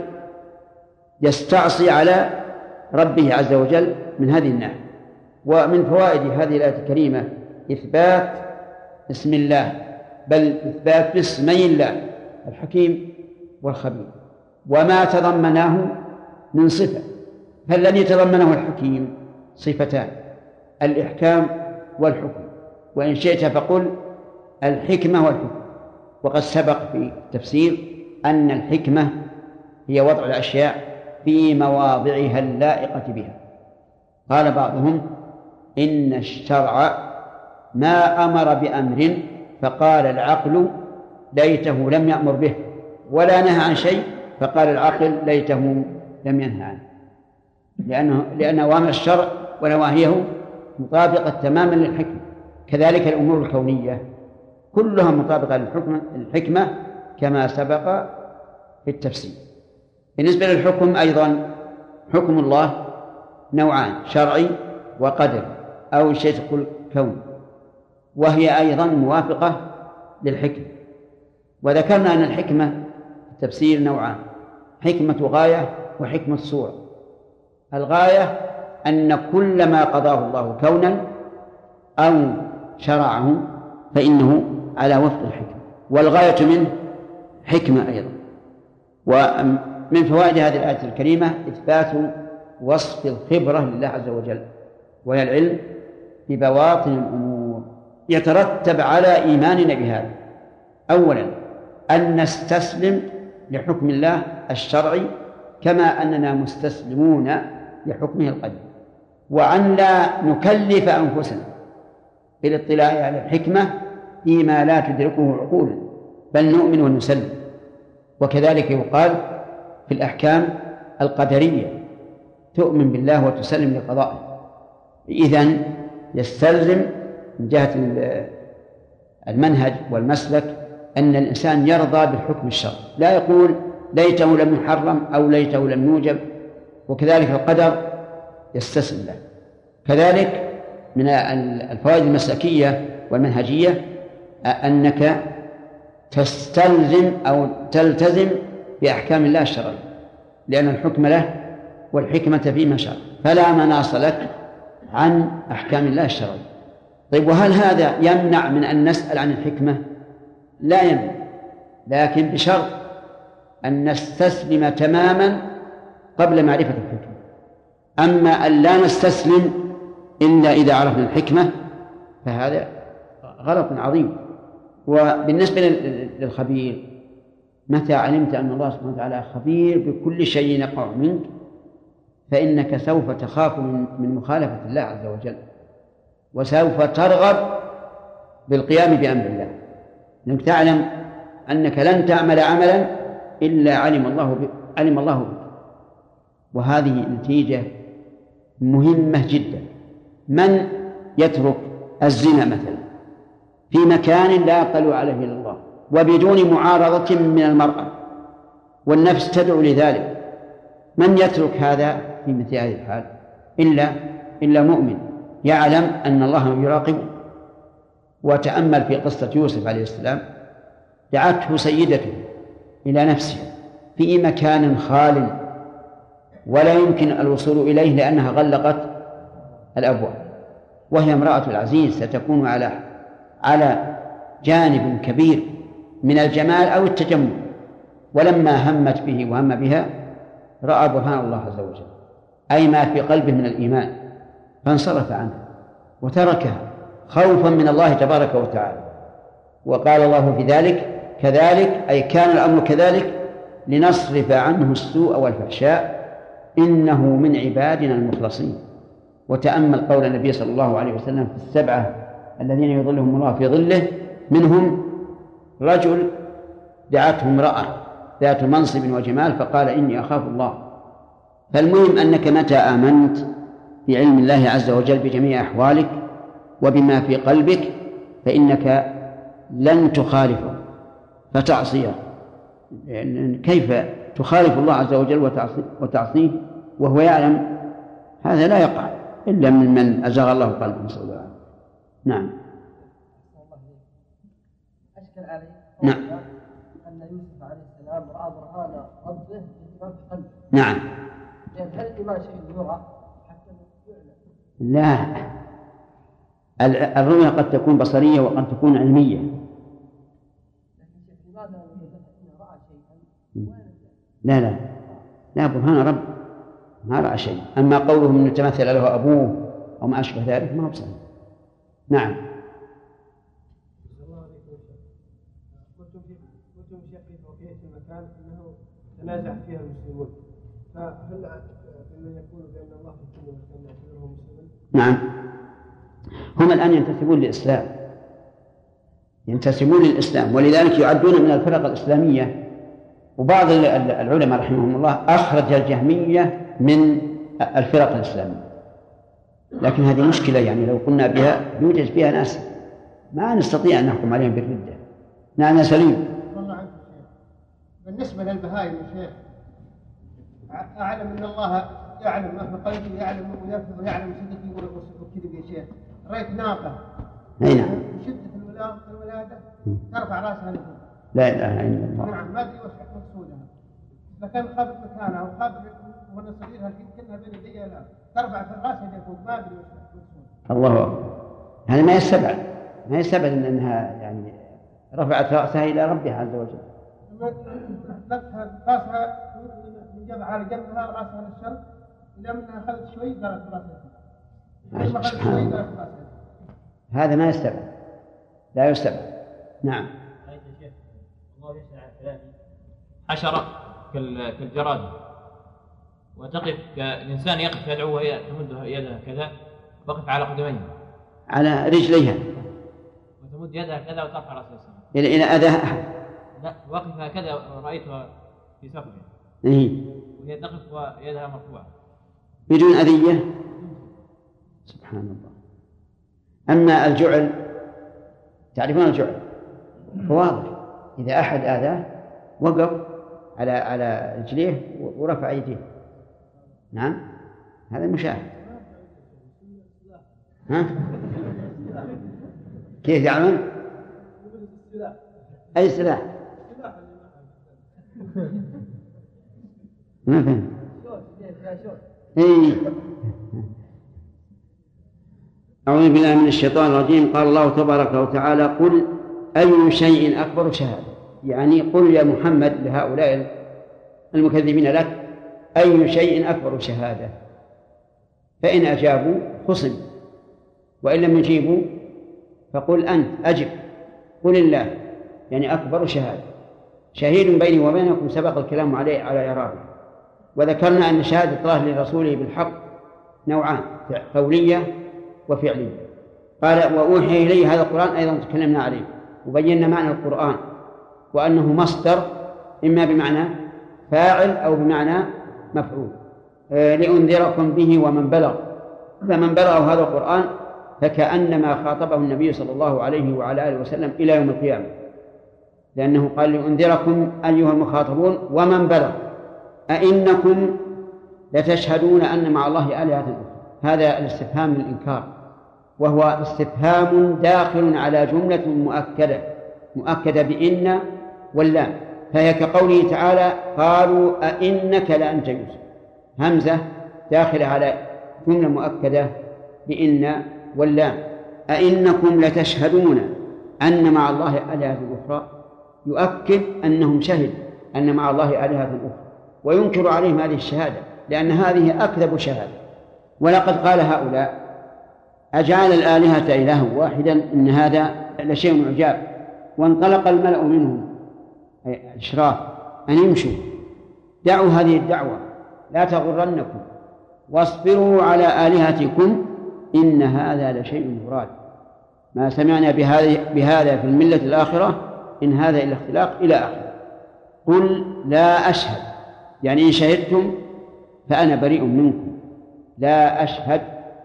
يستعصي على ربه عز وجل من هذه الناحية. ومن فوائد هذه الآية الكريمة إثبات اسم الله، بل إثبات اسمي الله الحكيم والخبير وما تضمناه من صفة. فالذي تضمنه الحكيم صفتان، الإحكام والحكم، وإن شئت فقل الحكمة والحكم. وقد سبق في التفسير أن الحكمة هي وضع الأشياء في مواضعها اللائقة بها. قال بعضهم إن الشرع ما أمر بأمر فقال العقل ليته لم يأمر به، ولا نهى عن شيء فقال العقل ليته لم ينهى عنه، لأنه لأن أوامر الشرع ونواهيه مطابقة تماما للحكمة. كذلك الأمور الكونية كلها مطابقة للحكمة كما سبق في التفسير. بالنسبة للحكم أيضا، حكم الله نوعان، شرعي وقدر، أو شيء تقول كون، وهي أيضا موافقة للحكمة. وذكرنا أن الحكمة في التفسير نوعان، حكمة غاية وحكمة صورة. الغاية أن كل ما قضاه الله كونا أو شرعه فإنه على وفق الحكمة، والغاية منه حكمة أيضا. ومن فوائد هذه الآية الكريمة إثبات وصف الخبرة لله عز وجل، وهي العلم ببواطن الأمور. يترتب على إيماننا بهذا أولا أن نستسلم لحكم الله الشرعي كما أننا مستسلمون لحكمه القدري، وأن لا نكلف أنفسنا بالاطلاع على الحكمة فيما لا تدركه عقولا، بل نؤمن ونسلم. وكذلك يقال في الأحكام القدرية، تؤمن بالله وتسلم لقضائه. إذن يستلزم من جهة المنهج والمسلك أن الإنسان يرضى بالحكم الشرعي، لا يقول ليته لم يحرم أو ليته لم يوجب، وكذلك القدر يستسلم له. كذلك من الفوائد المسلكية والمنهجية أنك تستلزم أو تلتزم بأحكام الله الشرعية، لأن الحكم له والحكمة فيما شرع، فلا مناص لك عن أحكام الله الشرعية. طيب، وهل هذا يمنع من أن نسأل عن الحكمة؟ لا يمنع، لكن بشرط أن نستسلم تماما قبل معرفة الحكمة. أما أن لا نستسلم إلا إذا عرفنا الحكمة فهذا غلط عظيم. وبالنسبة للخبير، متى علمت أن الله سبحانه وتعالى خبير بكل شيء يقع منك فإنك سوف تخاف من مخالفة الله عز وجل، وسوف ترغب بالقيام بأمر الله، لأنك تعلم أنك لن تعمل عملا إلا علم الله ب... علم الله بك. وهذه نتيجة مهمة جدا. من يترك الزنا مثلا في مكان لا يطلع عليه إلا الله وبدون معارضة من المرأة والنفس تدعو لذلك، من يترك هذا في مثل هذه الحال إلا إلا مؤمن يعلم أن الله يراقبه. وتأمل في قصة يوسف عليه السلام، دعته سيدته إلى نفسه في مكان خال ولا يمكن الوصول إليه لأنها غلقت الأبواب، وهي امرأة العزيز ستكون على على جانب كبير من الجمال أو التجمل. ولما همت به وهم بها رأى برهان الله عز وجل، أي ما في قلبه من الإيمان، فانصرف عنها وتركها خوفا من الله تبارك وتعالى. وقال الله في ذلك كذلك، أي كان الأمر كذلك لنصرف عنه السوء والفحشاء إنه من عبادنا المخلصين. وتأمل قول النبي صلى الله عليه وسلم في السبعة الذين يظلهم الله في ظله، منهم رجل دعته امرأة ذات منصب وجمال فقال إني أخاف الله. فالمهم أنك متى آمنت بعلم الله عز وجل بجميع أحوالك وبما في قلبك فإنك لن تخالفه فتعصيه. كيف تخالف الله عز وجل وتعصيه وهو يعلم؟ هذا لا يقع إلا من من أزغ الله قلبه، نسأل الله العافية. نعم. أشكل عليه نعم. أن يوسف عليه السلام رأى برهان ربه في قلبه. نعم. يعني هل الإيمان شيء يرى حتى لا، الرؤيا قد تكون بصرية وقد تكون علمية. لا لا لا برهان رب ما رأى شيء. أما قوله من يتمثل له أبوه أو ما أشبه ذلك ما هو بصحيح. نعم. كنتم في كنتم في وقيت المكان أنه تنازع فيها المسلمون، فهل من يقول بأن الله في كل مكان يعتبره مسلما؟ نعم، هم الآن ينتسبون للإسلام، ينتسبون للإسلام ولذلك يعدون من الفرق الإسلامية. وبعض العلماء رحمهم الله أخرج الجهمية من الفرق الإسلامية، لكن هذه مشكلة، يعني لو قلنا بها يوجد فيها ناس ما نستطيع أن نحكم عليهم بالردة. نعم سليم. والله عنك بالنسبة للبهائم يا شيخ، أعلم أن الله يعلم ما في قلبي، يعلم ويفهم ويعلم صدقي وكذب يا شيخ. رأيت ناقة نعم بشدة الولادة ترفع رأسها لفوق، لا إله إلا الله. نعم ما أدري وش مقصودها، لكن خابت مكانها وخابت وأنا صغيرها كلها بين يدي لا ترفع في رأسها لفوق، ما أدري وش مقصودها. الله أكبر. هذا ما يستبعد ما يستبعد أنها يعني رفعت رأسها إلى ربها عز وجل. رأسها من جبهة على جنبها رأسها للشرق، إلى منها أخذت شوي قالت رأسها. هذا ما يستبعد، لا يستبعد. نعم. حشرة كالجراد وتقف كالإنسان يقف يدعو وهي تمد يدها كذا، وقف على قدميه على رجليها وتمد يدها كذا وترفع رأسها السماء إلى إلى أذاها أحد. لا، وقف هكذا رأيتها في سفرها إيه. وهي تقف ويدها مرفوعة. بدون أذية. سبحان الله. أما الجعل، تعرفون الجعل فواضح، إذا أحد آذاه وقف على على رجليه ورفع يديه. نعم هذا مشاهد. ها كيف يعمل؟ أي سلاح؟ ما فهم. إيه. أعوذ بالله من الشيطان الرجيم. قال الله تبارك وتعالى: قل أي شيء أكبر شهادة، يعني قل يا محمد لهؤلاء المكذبين لك: أي شيء أكبر شهادة؟ فإن أجابوا خصم، وإن لم يجيبوا فقل أنت أجب. قل الله يعني أكبر شهادة، شهيد بيني وبينكم سبق الكلام عليه على إعرابه. وذكرنا أن شهادة الله لرسوله بالحق نوعان: قولية وفعلية. قال: وأوحي إلي هذا القرآن، أيضا تكلمنا عليه وبينا معنى القرآن وأنه مصدر إما بمعنى فاعل أو بمعنى مفعول. لأنذركم به ومن بلغ، فمن بلغ هذا القرآن فكأنما خاطبه النبي صلى الله عليه وعلى آله وسلم إلى يوم القيامة، لأنه قال: لأنذركم أيها المخاطبون ومن بلغ أئنكم لتشهدون أن مع الله آلهة أخرى. هذا الاستفهام للإنكار، وهو استفهام داخل على جملة مؤكدة مؤكدة بإن واللام، فهي كقوله تعالى: قالوا أئنك لأنت يوسف. همزة داخل على جملة مؤكدة بإن واللام. أئنكم لتشهدون أن مع الله آلهة أخرى، يؤكد أنهم شهدوا أن مع الله آلهة أخرى، وينكر عليهم هذه الشهادة لأن هذه أكذب شهادة. ولقد قال هؤلاء: أجعل الآلهة إلها واحدا إن هذا لشيء عجاب. وانطلق الملأ منهم أي الإشراف أن يمشوا، دعوا هذه الدعوة لا تغرنكم واصبروا على آلهتكم إن هذا لشيء مراد، ما سمعنا بهذا في الملة الآخرة إن هذا إلا اختلاق إلى آخره. قل لا أشهد، يعني إن شهدتم فأنا بريء منكم، لا أشهد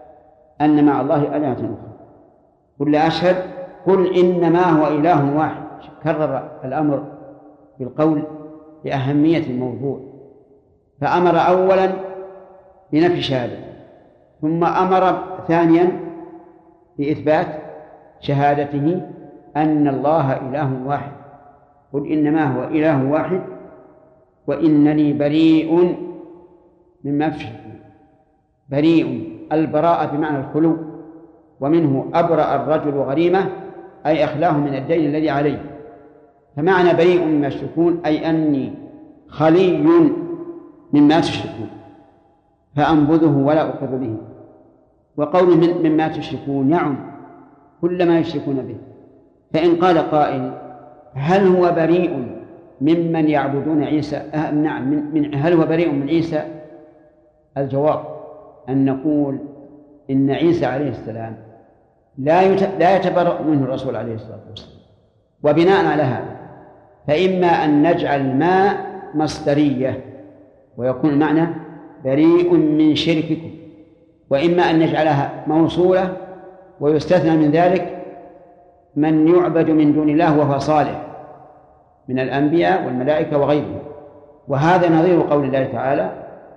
أن مع الله آلهة أخرى. قل لا أشهد، قل إنما هو إله واحد. كرر الأمر بالقول لأهمية الموضوع، فأمر أولا بنفي شهادة، ثم أمر ثانيا بإثبات شهادته أن الله إله واحد. قل إنما هو إله واحد وإنني بريء مما تشركون. بريء، البراءة بمعنى الخلو، ومنه أبرأ الرجل غريمة أي أخلاه من الدين الذي عليه. فمعنى بريء مما تشركون أي أني خلي مما تشركون فأنبذه ولا أقر به. وقول من مما تشركون يعم كل ما يشركون به. فإن قال قائل: هل هو بريء ممن يعبدون عيسى؟ أه نعم، من من هل هو بريء من عيسى؟ الجواب أن نقول إن عيسى عليه السلام لا لا يتبرأ منه الرسول عليه الصلاة والسلام. وبناء على هذا فإما أن نجعل ما مصدرية ويكون المعنى بريء من شرككم، وإما أن نجعلها موصولة ويستثنى من ذلك من يعبد من دون الله وهو صالح من الأنبياء والملائكة وغيرهم. وهذا نظير قول الله تعالى: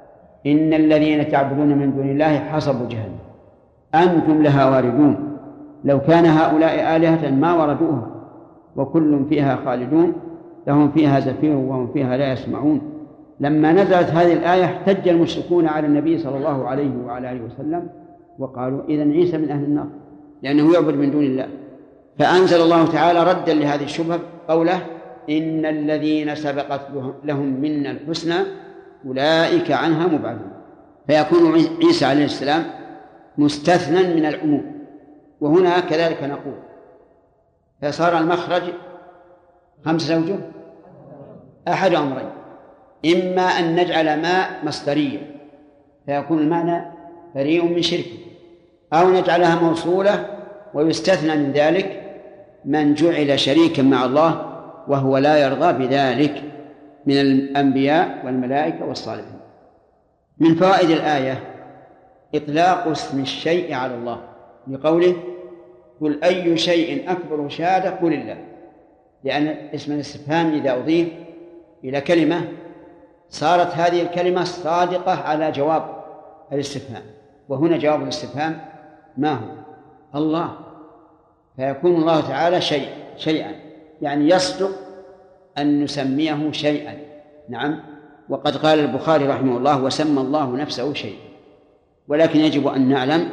إن الذين تعبدون من دون الله حصب جهنم أنتم لها واردون لو كان هؤلاء آلهة ما وردوها وكل فيها خالدون لهم فيها زفير وهم فيها لا يسمعون. لما نزلت هذه الآية احتج المشركون على النبي صلى الله عليه وعلى آله وسلم وقالوا: إذن عيسى من أهل النار لأنه يعبد من دون الله. فأنزل الله تعالى ردا لهذه الشبهة قوله: إن الذين سبقت لهم منا الحسنى أولئك عنها مبعدون. فيكون عيسى عليه السلام مستثنى من العموم. وهنا كذلك نقول فصار المخرج خمس أوجه، أحد أمرين: إما أن نجعل ما مصدرية فيكون المعنى بريء من شرك، أو نجعلها موصولة ويستثنى من ذلك من جعل شريكا مع الله وهو لا يرضى بذلك من الأنبياء والملائكة والصالحين. من فوائد الآية إطلاق اسم الشيء على الله لقوله قل أي شيء أكبر شهادة قل الله، لأن اسم الاستفهام إذا أضيف إلى كلمة صارت هذه الكلمة صادقة على جواب الاستفهام، وهنا جواب الاستفهام ما هو؟ الله، فيكون الله تعالى شيء شيئا، يعني يصدق أن نسميه شيئا. نعم. وقد قال البخاري رحمه الله وسمى الله نفسه شيئا، ولكن يجب أن نعلم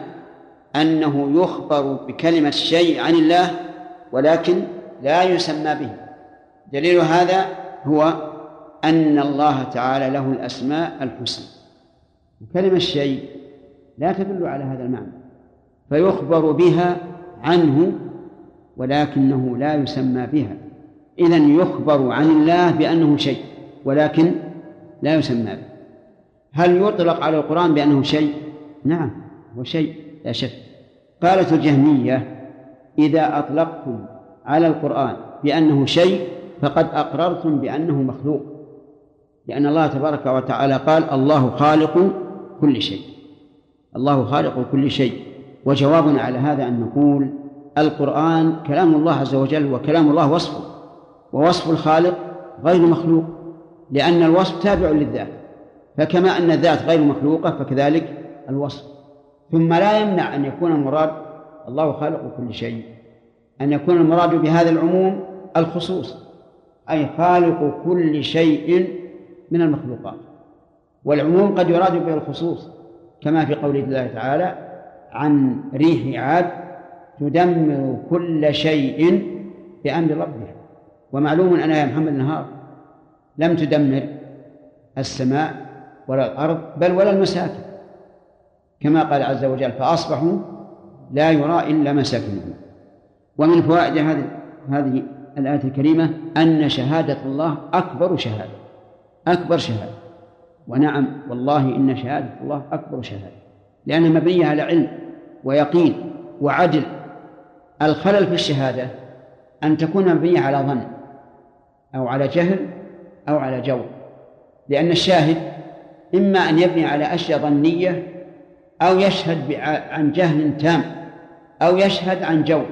أنه يخبر بكلمة شيء عن الله ولكن لا يسمى به. دليل هذا هو أن الله تعالى له الأسماء الحسنى، وكلمة شيء لا تدل على هذا المعنى، فيخبر بها عنه ولكنه لا يسمى بها. إذن يخبر عن الله بأنه شيء ولكن لا يسمى به. هل يطلق على القرآن بأنه شيء؟ نعم، هو شيء لا شك. قالت الجهمية إذا أطلقتم على القرآن بأنه شيء فقد أقررتم بأنه مخلوق، لأن الله تبارك وتعالى قال الله خالق كل شيء، الله خالق كل شيء. وجوابنا على هذا أن نقول القرآن كلام الله عز وجل، وكلام الله وصفه، ووصف الخالق غير مخلوق، لأن الوصف تابع للذات، فكما أن الذات غير مخلوقة فكذلك الوصف. ثم لا يمنع أن يكون المراد الله خالق كل شيء، أن يكون المراد بهذا العموم الخصوص، أي خالق كل شيء من المخلوقات. والعموم قد يراد به الخصوص، كما في قول الله تعالى عن ريح عاد تدمر كل شيء بأمر ربها. ومعلوم أن يا محمد النهار لم تدمر السماء ولا الأرض بل ولا المساكن، كما قال عز وجل فأصبحوا لا يرى إلا مساكنهم. ومن فوائد هذه هذه الآية الكريمة أن شهادة الله أكبر شهادة، أكبر شهادة. ونعم والله إن شهادة الله أكبر شهادة، لأنها مبنية على علم ويقين وعدل. الخلل في الشهادة أن تكون مبنية على ظن أو على جهل أو على جور، لأن الشاهد إما أن يبني على أشياء ظنية أو يشهد عن جهل تام أو يشهد عن جور،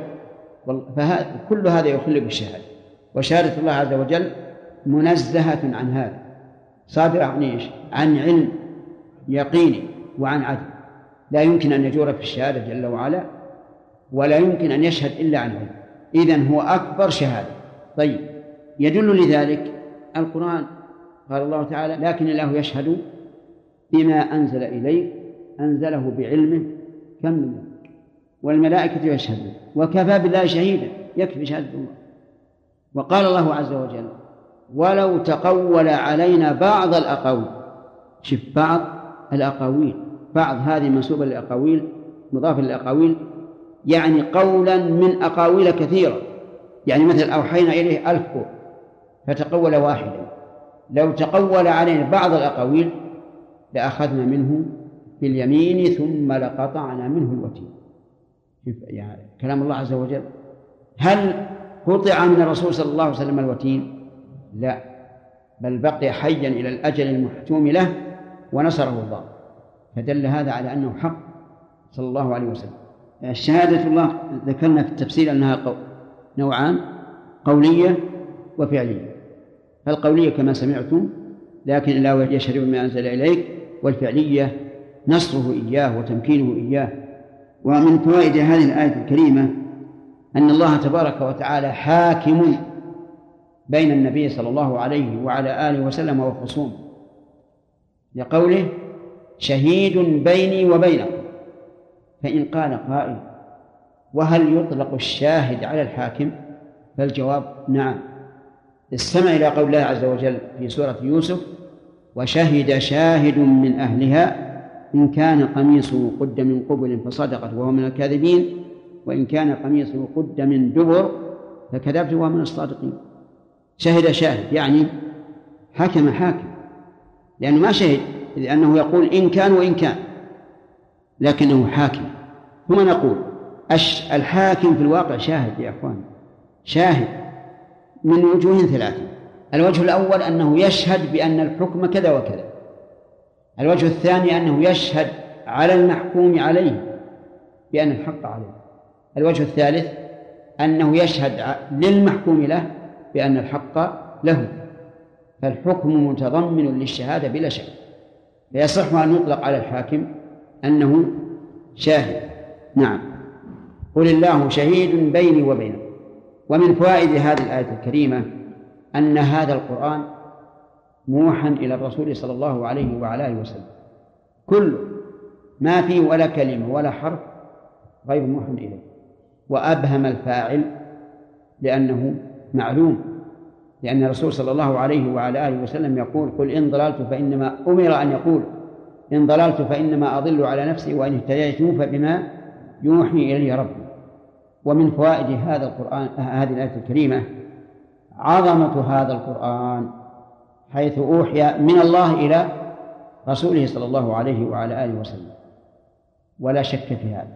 فكل هذا يخل بالشهادة. وشهادة الله عز وجل منزهة عن هذا، صادرة عن إيش؟ عن علم يقيني وعن عدل، لا يمكن أن يجور في الشهادة جل وعلا، ولا يمكن أن يشهد إلا عن علم. إذن هو أكبر شهادة. طيب، يدل لذلك القرآن، قال الله تعالى لكن الله يشهد بما أنزل إليك أنزله بعلمه كم من والملائكة يشهدون وكفى بالله شهيدا، يكفي شهادة الله. وقال الله عز وجل ولو تقول علينا بعض الأقاويل، شوف بعض الأقاويل، بعض هذه منسوبة للأقاويل مضافة للأقاويل، يعني قولا من أقاويل كثيرة، يعني مثل أوحينا إليه ألف قول فتقول واحدا، لو تقول علينا بعض الأقاويل لأخذنا منه باليمين ثم لقطعنا منه الوتين. يعني كلام الله عز وجل. هل قطع من الرسول صلى الله عليه وسلم الوتين؟ لا، بل بقي حيا إلى الأجل المحتوم له ونصره الله، فدل هذا على أنه حق صلى الله عليه وسلم. الشهادة الله ذكرنا في التفسير أنها نوعان، قولية وفعلية. القولية كما سمعتم لكن الله يشهد بما أنزل إليك، والفعلية نصره إياه وتمكينه إياه. ومن فوائد هذه الآية الكريمة أن الله تبارك وتعالى حاكم بين النبي صلى الله عليه وعلى آله وسلم وخصومه، لقوله شهيد بيني وبينكم. فإن قال قائل وهل يطلق الشاهد على الحاكم؟ فالجواب نعم. استمع إلى قول الله عز وجل في سورة يوسف وشهد شاهد من أهلها إن كان قميصه قد من قبل فصدقت وهو من الكاذبين وإن كان قميصه قد من دبر فكذبت وهو من الصادقين. شهد شاهد يعني حكم حاكم، لأنه ما شهد لأنه يقول إن كان وإن كان، لكنه حاكم. ثم نقول الحاكم في الواقع شاهد يا أخوان، شاهد من وجوه ثلاثة. الوجه الأول أنه يشهد بأن الحكم كذا وكذا، الوجه الثاني أنه يشهد على المحكوم عليه بأن الحق عليه. الوجه الثالث أنه يشهد للمحكوم له بأن الحق له، فالحكم متضمن للشهادة بلا شك، فيصح أن يطلق على الحاكم أنه شاهد. نعم. قل الله شهيد بيني وبينكم. ومن فوائد هذه الآية الكريمة أن هذا القرآن موحى إلى الرسول صلى الله عليه وعلى آله وسلم، كل ما فيه ولا كلمة ولا حرف غير موحى إليه، وأبهم الفاعل لأنه معلوم، لأن الرسول صلى الله عليه وعلى آله وسلم يقول قل إن ضللت فإنما أمر أن يقول إن ضللت فإنما أضل على نفسي وإن اهتديت فبما يوحي إلي ربي. ومن فوائد هذا القرآن هذه الآية الكريمة عظمة هذا القرآن، حيث أوحي من الله إلى رسوله صلى الله عليه وعلى آله وسلم، ولا شك في هذا.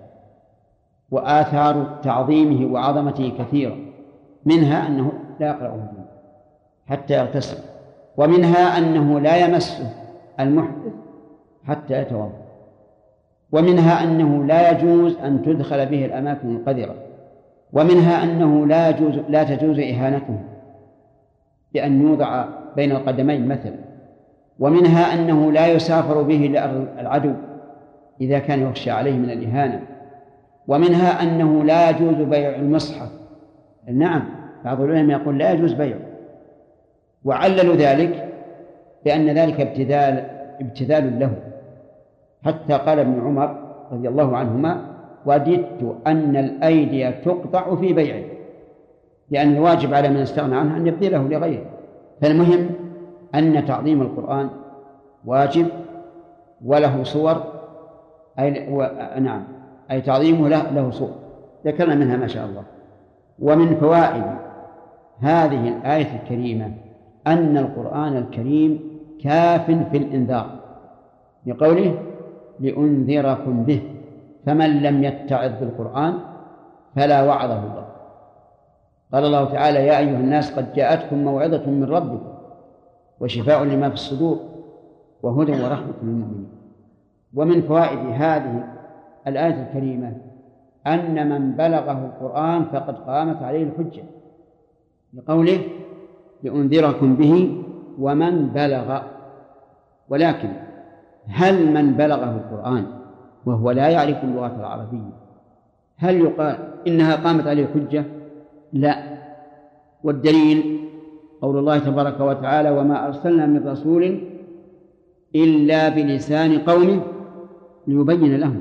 وآثار تعظيمه وعظمته كثيرة، منها أنه لا يقرأه حتى يغتسل، ومنها أنه لا يمسه المحدث حتى يتوضأ، ومنها أنه لا يجوز أن تدخل به الأماكن القذرة، ومنها أنه لا يجوز لا تجوز إهانته بأن يوضع بين القدمين مثلا، ومنها أنه لا يسافر به لأرض العدو إذا كان يخشى عليه من الإهانة، ومنها أنه لا يجوز بيع المصحف. نعم، بعض العلماء يقول لا يجوز بيعه، وعللوا ذلك بأن ذلك ابتذال ابتذال له، حتى قال ابن عمر رضي الله عنهما وددت أن الأيدي تقطع في بيعه، لأن الواجب على من استغنى عنه أن يبذله لغيره. فالمهم أن تعظيم القرآن واجب وله صور، أي و... نعم أي تعظيمه له, له صور ذكرنا منها ما شاء الله. ومن فوائد هذه الآية الكريمة أن القرآن الكريم كاف في الإنذار، لقوله لأنذركم به، فمن لم يتعظ بالقرآن فلا وعظه الله. قال الله تعالى يا أيها الناس قد جاءتكم موعظة من ربكم وشفاء لما في الصدور وهدى ورحمة للمؤمنين. ومن فوائد هذه الآية الكريمة أن من بلغه القرآن فقد قامت عليه الحجة، لقوله لأنذركم به ومن بلغ. ولكن هل من بلغه القرآن وهو لا يعرف اللغة العربية هل يقال إنها قامت عليه الحجة؟ لا. والدليل قول الله تبارك وتعالى وما أرسلنا من رسول إلا بلسان قومه ليبين لهم.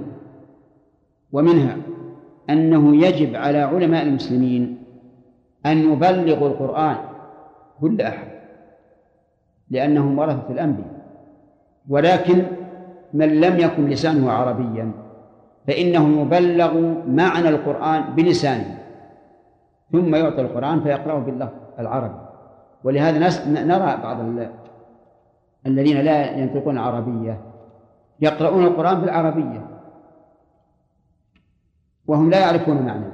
ومنها أنه يجب على علماء المسلمين أن يبلغوا القرآن كل أحد، لأنهم ورثة الأنبياء، ولكن من لم يكن لسانه عربيا فإنه يبلغ معنى القرآن بلسانه ثم يعطى القرآن فيقرأه باللفظ العربي. ولهذا نرى بعض الذين لا ينطقون عربية يقرؤون القرآن بالعربية وهم لا يعرفون معنى.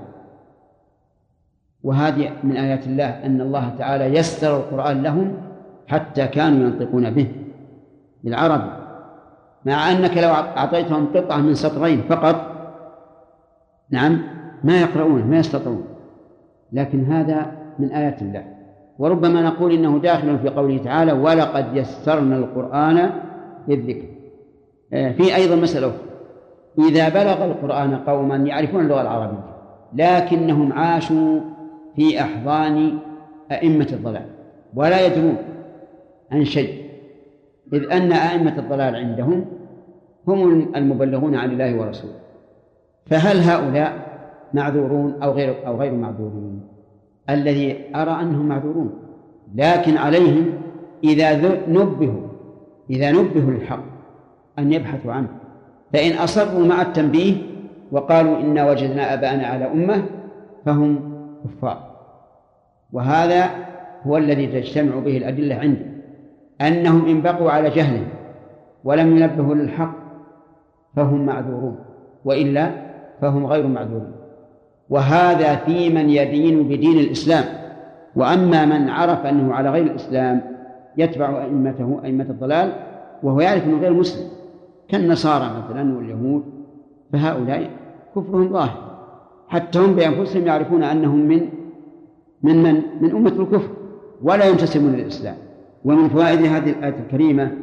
وهذه من آيات الله أن الله تعالى يسر القرآن لهم حتى كانوا ينطقون به بالعربي، مع أنك لو أعطيتهم قطعة من سطرين فقط نعم ما يقرؤون ما يستطيعون، لكن هذا من آيات الله. وربما نقول إنه داخل في قوله تعالى ولقد يسرنا القرآن للذكر. في أيضا مسألة أخرى، إذا بلغ القرآن قوما يعرفون اللغة العربية لكنهم عاشوا في أحضان أئمة الضلال ولا يدرون عن شيء، إذ أن أئمة الضلال عندهم هم المبلغون عن الله ورسوله، فهل هؤلاء معذورون أو غير أو غير معذورين؟ الذي أرى أنهم معذورون، لكن عليهم إذا نبهوا إذا نبهوا للحق أن يبحثوا عنه، فإن أصروا مع التنبيه وقالوا إنا وجدنا آباءنا على أمة فهم كفار. وهذا هو الذي تجتمع به الأدلة عنده، أنهم إن بقوا على جهل ولم ينبهوا للحق فهم معذورون، وإلا فهم غير معذورين. وهذا في من يدين بدين الإسلام. وأما من عرف أنه على غير الإسلام يتبع أئمته أئمة الضلال وهو يعرف أنه غير مسلم، كالنصارى مثلا واليهود، فهؤلاء كفرهم ظاهر، حتى هم بأنفسهم يعرفون أنهم من من من من أمة الكفر ولا ينتسبون للإسلام. ومن فوائد هذه الآية الكريمة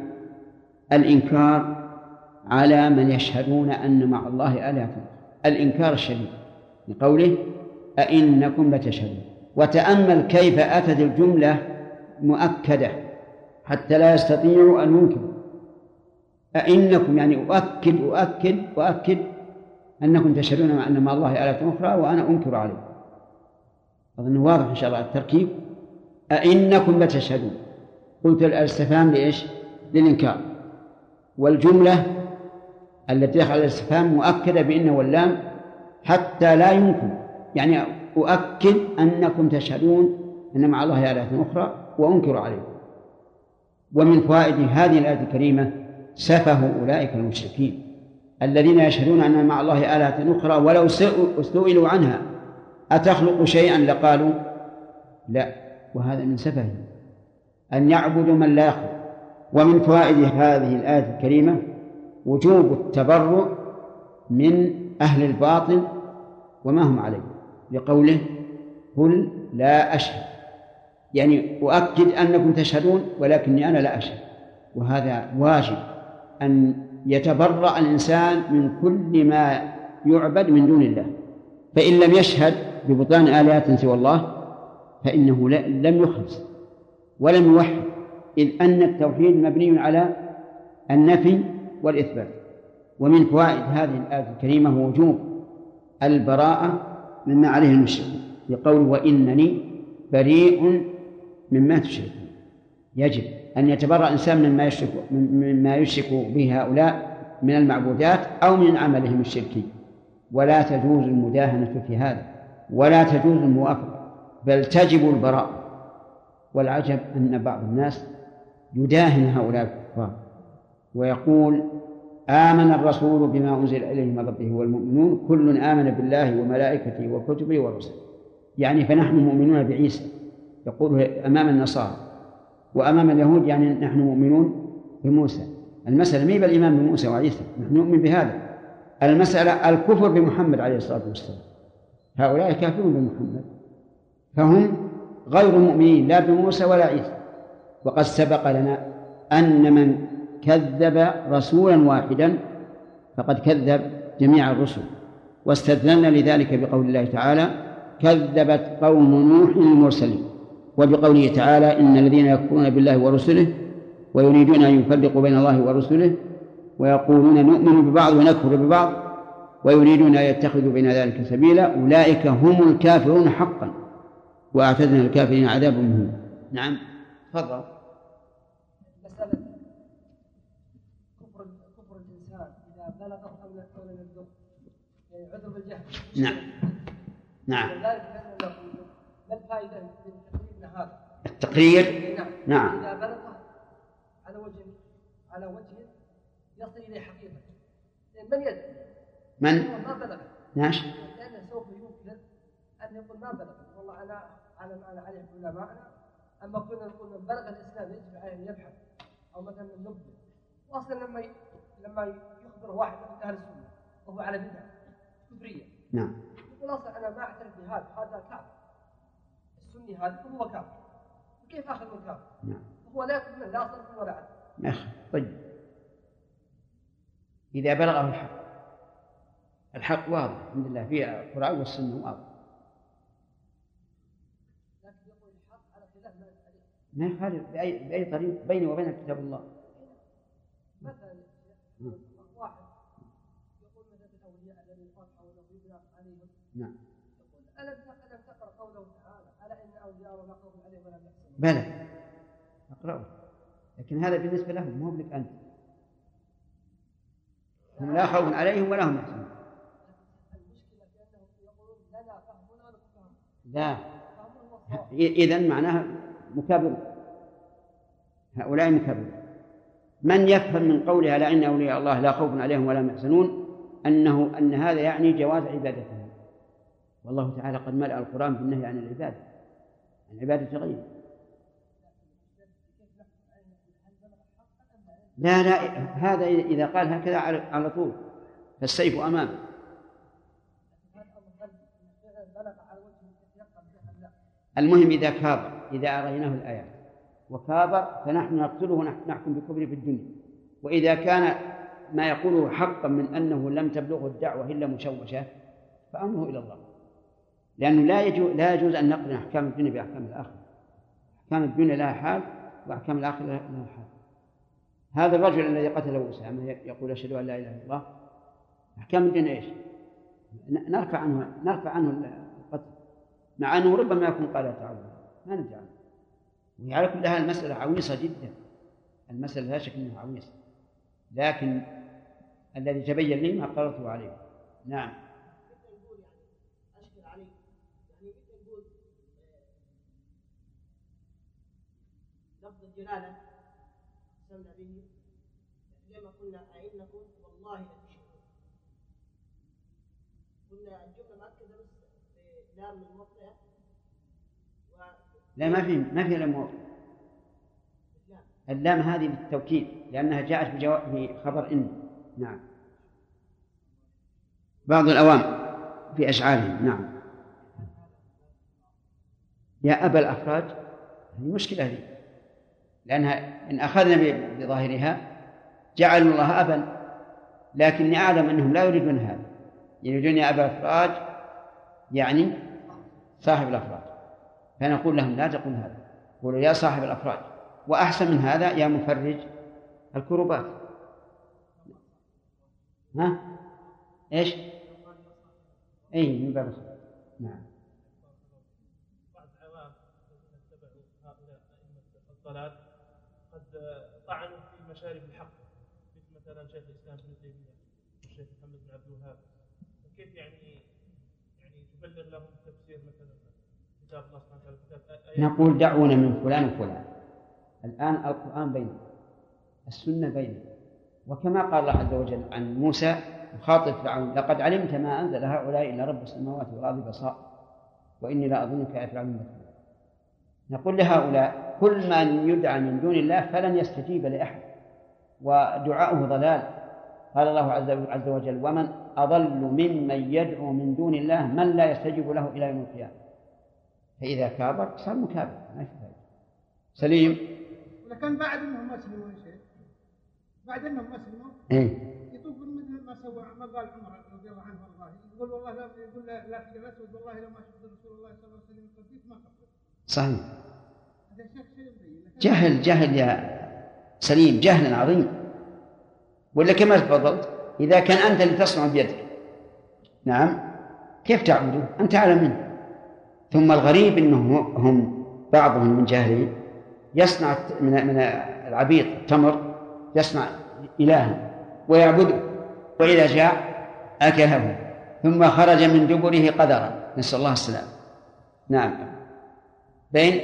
الإنكار على من يشهدون أن مع الله آلهة، الإنكار الشديد لقوله أئنكم لتشهدون. وتأمل كيف أتت الجملة مؤكدة حتى لا يستطيعوا أن ينكروا. أئنكم يعني أؤكد أؤكد أؤكد أنكم تشهدون أن مع الله آلهة أخرى وأنا أنكر عليه. أظن واضح إن شاء الله التركيب. أئنكم لتشهدون، قلت الاستفهام لإيش؟ للإنكار، والجملة التي دخل الاستفهام مؤكدة بإن واللام حتى لا يمكن، يعني أؤكد أنكم تشهدون أن مع الله آلهة أخرى وأنكر عليه. ومن فوائد هذه الآية الكريمة سفه أولئك المشركين الذين يشهدون أن مع الله آلهة أخرى ولو سئلوا عنها أتخلق شيئا لقالوا لا، وهذا من سفه أن يعبدوا من لا يخلق. ومن فوائد هذه الآية الكريمة وجوب التبرؤ من أهل الباطل وما هم عليه، لقوله قل لا أشهد، يعني أؤكد أنكم تشهدون ولكني أنا لا أشهد. وهذا واجب أن يتبرأ الإنسان من كل ما يعبد من دون الله، فإن لم يشهد ببطلان آلهة سوى الله فإنه لم يخلص ولم يوحد، إذ أن التوحيد مبني على النفي والإثبات. ومن فوائد هذه الآية الكريمة وجوب البراءة مما عليه المشركون، يقول وإنني بريء مما تشركون. يجب أن يتبرأ الإنسان مما يشرك مما يشرك به هؤلاء من المعبودات أو من عملهم الشركي، ولا تجوز المداهنة في هذا ولا تجوز الموافقة، بل تجب البراءة. والعجب أن بعض الناس يداهن هؤلاء الكفار ويقول آمن الرسول بما أنزل إليه من ربه والمؤمنون كل آمن بالله وملائكته وكتبه ورسله، يعني فنحن مؤمنون بعيسى، يقول أمام النصارى، وأمام اليهود يعني نحن مؤمنون بموسى. المسألة مي بالإيمان بموسى وعيسى، نحن نؤمن بهذا. المسألة الكفر بمحمد عليه الصلاة والسلام، هؤلاء كافرون بمحمد فهم غير مؤمنين لا بموسى ولا عيسى. وقد سبق لنا أن من كذب رسولا واحدا فقد كذب جميع الرسل، واستدللنا لذلك بقول الله تعالى كذبت قوم نوح المرسلين، وبقوله تعالى إن الذين يكفرون بالله ورسله ويريدون أن يفرقوا بين الله ورسله ويقولون نؤمن ببعض ونكفر ببعض ويريدون أن يتخذوا بين ذلك سبيلا أولئك هم الكافرون حقا وأعتدنا الكافرين عذابا مهينا. نعم تفضل. مسألة كفر كفر الإنسان إذا بلغ أو لم يبلغ، يعني عذر بالجهل. نعم نعم. ولذلك نحن نقول ما الفائدة من تقريرنا هذا؟ التقرير نعم. نعم. إذا بلغ على وجه على وجه يصل إليه حقيقة، من يدري؟ من؟ ما بلغ. ناش. لأنه سوف يمكن أن يقول ما بلغ، والله أنا على ما أنا عليه علماءنا، أما كنا نقول من بلغ الإسلام يجب عليه أن يبحث أو مثلا من نبذ. وأصلا لما ي... لما يخبر واحد من أهل السنة وهو على بدعة كفرية، نعم، يقول أصلا أنا ما أعترف بهذا، هذا كافر السني هذا وهو كافر، كيف أخذ من كافر؟ نعم. وهو لا يقبل لا صرف ولا عدل. نعم. طيب إذا بلغه الحق، الحق واضح الحمد لله في القرآن والسنة واضح، لكن يقول الحق على خلاف ما عليه. ما يخالف بأي بأي طريق بيني وبين كتاب الله. مثلا واحد يقول مثلا الأولياء الذين فتحوا ونصيبنا عليهم. نعم. يقول ألم ألم تقرأ قوله تعالى ألا إن أولياء الله لا خوف عليهم ولا هم يحزنون. بلى أقرأه، لكن هذا بالنسبة لهم مو لك أنت، هم لا خوف عليهم ولا هم يحزنون. المشكلة بأنهم يقولون لنا فهمنا ونفهم. لا، فهمنا هو الصواب. إذن معناها مكابر، هؤلاء مكابر. من يفهم من قولها لا إن أولياء الله لا خوف عليهم ولا هم يحزنون أنه أن هذا يعني جواز عبادتهم، والله تعالى قد ملأ القرآن بالنهي عن العبادة، عن عبادة غيره. لا لا، هذا إذا قال هكذا على طول فالسيف أمامه. المهم إذا كابر، إذا أريناه الآيات وكابر فنحن نقتله ونحكم بكفره في الدنيا. وإذا كان ما يقوله حقا من أنه لم تبلغه الدعوة إلا مشوشة فأمره إلى الله، لأنه لا يجوز لا يجوز أن نقرن أحكام الدنيا بأحكام الآخرة. أحكام الدنيا لها حال وأحكام الآخرة لها حال. هذا الرجل الذي قتله أسامة يقول أشهد أن لا إله إلا الله، أحكام الدنيا إيش؟ نرفع عنه نرفع عنه القتل، مع أنه ربما يكون قال تعالى ما ندري عنه. وعلى كل هذه المسألة عويصة جدا، المسألة لا شك أنها عويصة، لكن الذي تبين لي ما قررته عليه. نعم. أشكر عليه، يعني مثل نقول لفظ الجلالة سمنا به لما قلنا أئنكم والله لتشركون، قلنا الجملة مؤكدة بس بلام الموطئة و... لا ما في ما في لام موطئة. اللام هذه بالتوكيد لأنها جاءت بجواب خبر إن. نعم. بعض الأوام في أشعارهم. نعم. يا أبا الأفراج، هذه مشكلة هذه، لأنها إن أخذنا بظاهرها جعلوا الله أبا، لكني أعلم أنهم لا يريدون هذا، يريدون يا أبا الأفراج يعني صاحب الأفراج، فنقول لهم لا تقول هذا، قولوا يا صاحب الأفراج. وأحسن من هذا يا مفرج الكروبات. ها إيش؟ أي من باب الخير. نعم. بعض العوام الذين اتبعوا هؤلاء أئمة الضلال قد طعنوا في مشارب الحق، مثل مثلا شيخ الإسلام ابن تيمية والشيخ محمد بن عبد الوهاب. كيف يعني يعني تبلغ لهم تفسير مثلا كتاب الله سبحانه وتعالى؟ نقول دعونا من فلان وفلان، الآن القرآن بيننا، السنة بيننا، وكما قال الله عز وجل عن موسى يخاطب فرعون لقد علمت ما أنزل هؤلاء إلا رب السماوات والأرض بصائر وإني لا أظنك يا فرعون مثلا. نقول لهؤلاء كل من يدعى من دون الله فلن يستجيب لأحد، ودعاؤه ضلال. قال الله عز وجل ومن أضل ممن يدعو من دون الله من لا يستجيب له إلى يوم القيامة. فإذا كابر صار مكابر ما في فائدة. سليم. ولكن بعد انهم اسلموا يا شيخ، بعد انهم اسلموا ايه يطوفون مثل ما سوى ما قال عمر رضي الله عنه وارضاه، يقول والله لا يقول لا لا في الاسود والله لو ما شفت رسول الله صلى الله عليه وسلم قبيت ما قبل. صحيح. هذا شيخ شيء مبين. جهل جهل يا سليم، جهل عظيم. ولا كما تفضلت اذا كان انت اللي تصنع بيدك، نعم، كيف تعبده؟ انت اعلم منه. ثم الغريب انهم هم بعضهم من جهله يصنع من من العبيط التمر، يصنع إلها ويعبده، وإذا جاء أكله ثم خرج من دبره قدرا، نسأل الله السلام. نعم. بين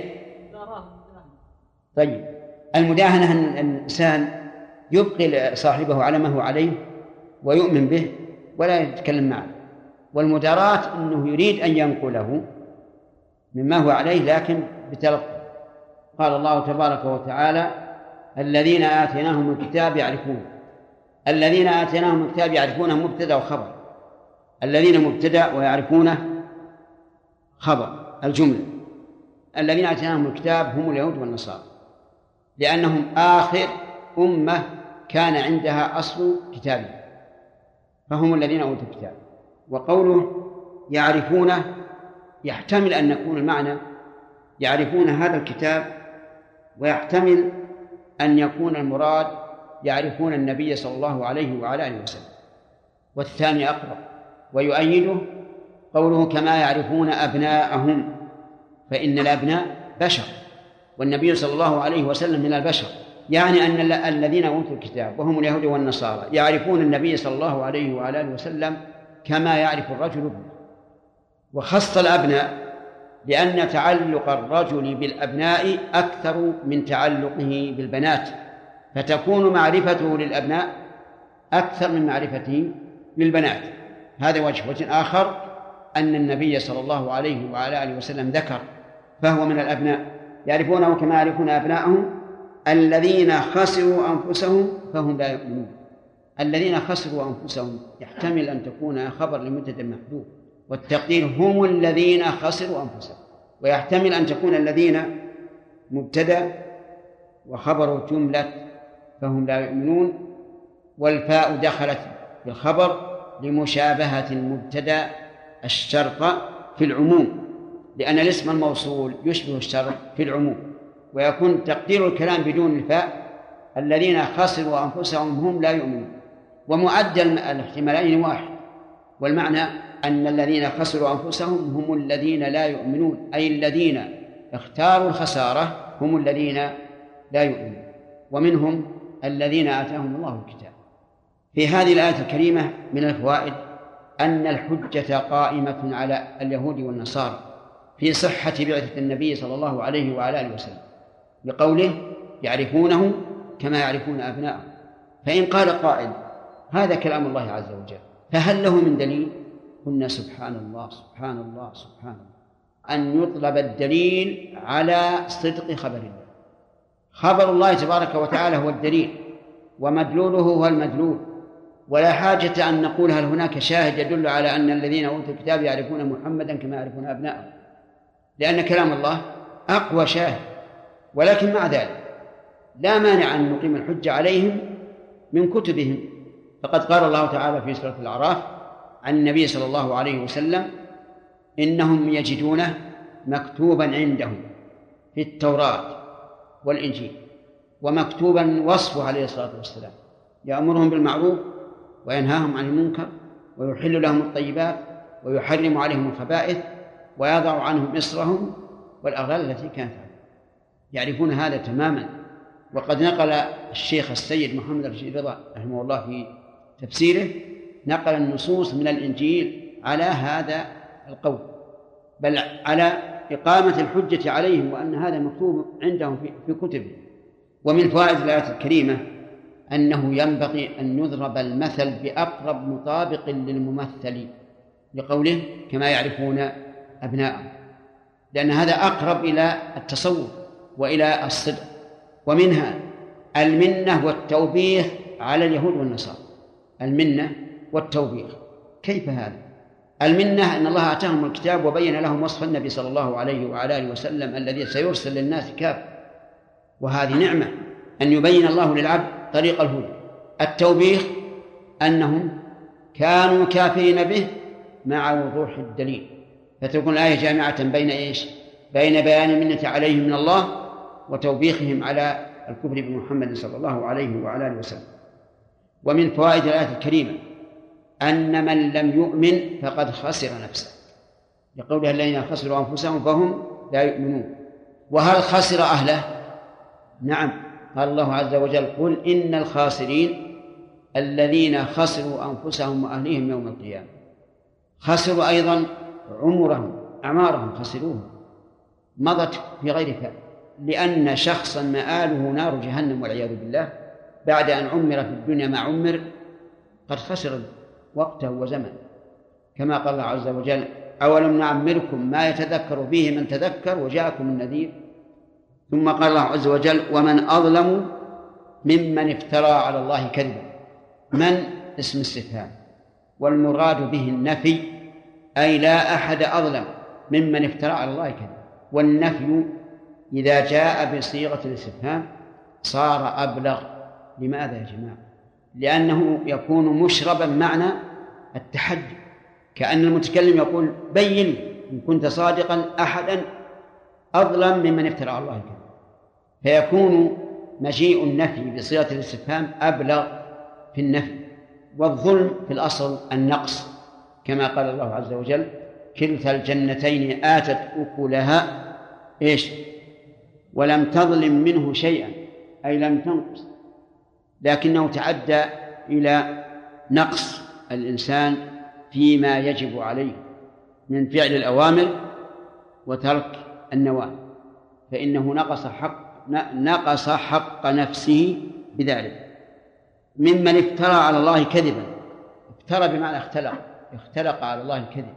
طيب المداهنة أن الإنسان يبقي صاحبه على ما هو عليه ويؤمن به ولا يتكلم معه، والمداراة أنه يريد أن ينقله مما هو عليه لكن بتلقي. قال الله تبارك وتعالى الذين آتيناهم الكتاب يعرفون، الذين آتيناهم الكتاب يعرفونه مبتدأ وخبر، الذين مبتدأ ويعرفونه خبر الجملة. الذين آتيناهم الكتاب هم اليهود والنصارى، لأنهم آخر أمة كان عندها أصل كتابه، فهم الذين أوتوا الكتاب. وقوله يعرفونه يحتمل أن يكون المعنى يعرفون هذا الكتاب، ويحتمل أن يكون المراد يعرفون النبي صلى الله عليه وعلى آله وسلم، والثاني أقرب. ويؤيده قوله كما يعرفون أبناءهم، فإن الأبناء بشر والنبي صلى الله عليه وسلم من البشر، يعني أن الذين أوتوا الكتاب وهم اليهود والنصارى يعرفون النبي صلى الله عليه وعلى آله وسلم كما يعرف الرجل ابنه. وخص الأبناء لأن تعلق الرجل بالأبناء أكثر من تعلقه بالبنات، فتكون معرفته للأبناء أكثر من معرفته للبنات. هذا وجه. وجه آخر أن النبي صلى الله عليه وعلى آله وسلم ذكر، فهو من الأبناء، يعرفونه كما يعرفون أبناءهم، الذين خسروا أنفسهم فهم لا يؤمنون. الذين خسروا أنفسهم يحتمل أن تكون خبر لمبتدأ محذوف، والتقدير هم الذين خسروا أنفسهم، ويحتمل أن تكون الذين مبتدأ وخبر جملة فهم لا يؤمنون، والفاء دخلت بالخبر لمشابهة المبتدأ الشرط في العموم، لأن الاسم الموصول يشبه الشرط في العموم، ويكون تقدير الكلام بدون الفاء الذين خسروا أنفسهم هم لا يؤمنون. ومعدل الاحتمالين واحد، والمعنى أن الذين خسروا أنفسهم هم الذين لا يؤمنون، أي الذين اختاروا الخسارة هم الذين لا يؤمنون، ومنهم الذين آتاهم الله الكتاب. في هذه الآية الكريمة من الفوائد أن الحجة قائمة على اليهود والنصارى في صحة بعثة النبي صلى الله عليه وعلى آله وسلم، بقوله يعرفونه كما يعرفون أبناءهم. فإن قال قائل هذا كلام الله عز وجل فهل له من دليل؟ قلنا سبحان الله سبحان الله سبحان الله، أن يطلب الدليل على صدق خبر الله. خبر الله تبارك وتعالى هو الدليل، ومدلوله هو المدلول، ولا حاجة أن نقول هل هناك شاهد يدل على أن الذين أوتوا الكتاب يعرفون محمدا كما يعرفون أبناءهم، لأن كلام الله أقوى شاهد. ولكن مع ذلك لا مانع أن نقيم الحجة عليهم من كتبهم، فقد قال الله تعالى في سورة الأعراف عن النبي صلى الله عليه وسلم إنهم يجدونه مكتوبا عندهم في التوراة والإنجيل، ومكتوبا وصفه عليه الصلاة والسلام يأمرهم بالمعروف وينهاهم عن المنكر ويحل لهم الطيبات ويحرم عليهم الخبائث ويضع عنهم إصرهم والأغلال التي كانت عليهم. يعرفون هذا تماما. وقد نقل الشيخ السيد محمد رشيد رضا رحمه الله في تفسيره نقل النصوص من الإنجيل على هذا القول، بل على إقامة الحجة عليهم وأن هذا مكتوب عندهم في كتبه. ومن فوائد الآية الكريمة أنه ينبغي أن يضرب المثل بأقرب مطابق للممثل، لقوله كما يعرفون أبناءهم، لأن هذا أقرب إلى التصور وإلى الصدق. ومنها المنة والتوبيخ على اليهود والنصارى. المنة والتوبيخ كيف هذا؟ المنة أن الله آتاهم الكتاب وبين لهم وصف النبي صلى الله عليه وعلى آله وسلم الذي سيرسل للناس كافة، وهذه نعمة أن يبين الله للعبد طريق الهدى. التوبيخ أنهم كانوا كافرين به مع وضوح الدليل، فتكون الآية جامعة بين إيش؟ بين بيان المنة عليهم من الله وتوبيخهم على الكفر بمحمد صلى الله عليه وعلى آله وسلم. ومن فوائد الآية الكريمة أن من لم يؤمن فقد خسر نفسه، لقولها الذين خسروا أنفسهم فهم لا يؤمنون. وهل خسر أهله؟ نعم، قال الله عز وجل قل إن الخاسرين الذين خسروا أنفسهم وأهليهم يوم القيامة. خسروا أيضا عمرهم، أعمارهم خسروها، مضت في غير فائدة، لأن شخصا مآله نار جهنم والعياذ بالله بعد أن عمر في الدنيا ما عمر قد خسر وقته وزمن، كما قال الله عز وجل أولم نعمركم ما يتذكر فيه من تذكر وجاءكم النذير. ثم قال الله عز وجل ومن أظلم ممن افترى على الله كذبا. من اسم استفهام، والمراد به النفي، أي لا أحد أظلم ممن افترى على الله كذبا. والنفي إذا جاء بصيغة الاستفهام صار أبلغ. لماذا يا جماعة؟ لأنه يكون مشربا معنى التحدي، كأن المتكلم يقول بين إن كنت صادقا أحدا أظلم ممن افترى على الله كذبا، فيكون مجيء النفي بصيغة الاستفهام أبلغ في النفي. والظلم في الأصل النقص، كما قال الله عز وجل كلتا الجنتين آتت أكلها إيش ولم تظلم منه شيئا، أي لم تنقص، لكنه تعدى إلى نقص الإنسان فيما يجب عليه من فعل الأوامر وترك النواهي، فإنه نقص حق نقص حق نفسه بذلك. ممن افترى على الله كذبا، افترى بمعنى اختلق، اختلق على الله الكذب،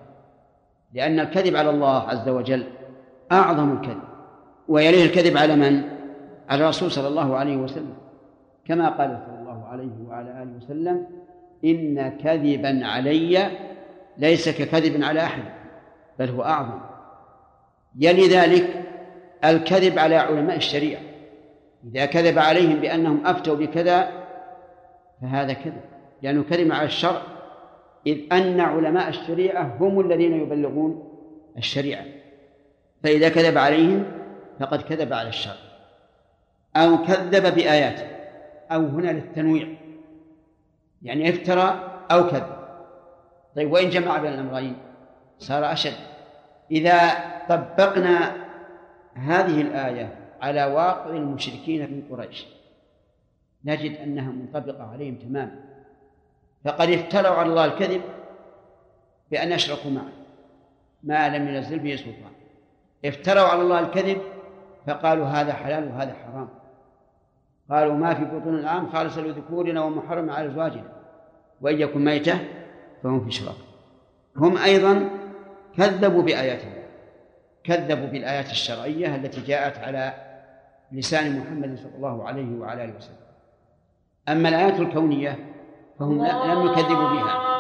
لأن الكذب على الله عز وجل أعظم الكذب، ويليه الكذب على من؟ على الرسول صلى الله عليه وسلم، كما قال صلى الله عليه وعلى آله وسلم: إن كذبا علي ليس ككذب على أحد بل هو أعظم. يلي ذلك الكذب على علماء الشريعة، إذا كذب عليهم بأنهم أفتوا بكذا فهذا كذب، لأنه كذب على الشرع، إذ أن علماء الشريعة هم الذين يبلغون الشريعة، فإذا كذب عليهم فقد كذب على الشرع. أو كذب بآياته، أو هنا للتنويع، يعني افترى أو كذب. طيب وإن جمع بين الأمرين صار أشد. إذا طبقنا هذه الآية على واقع المشركين من قريش نجد أنها منطبقة عليهم تماما، فقد افتروا على الله الكذب بأن يشركوا معه ما لم ينزل به سلطان، افتروا على الله الكذب فقالوا هذا حلال وهذا حرام، قالوا ما في بطون الأنعام خالص لذكورنا ومحرم على أزواجنا وإن يكن ميتة فهم في شراك. هم أيضا كذبوا بآيات الله، كذبوا بالآيات الشرعية التي جاءت على لسان محمد صلى الله عليه وعلى آله وسلم. أما الآيات الكونية فهم لم يكذبوا بها.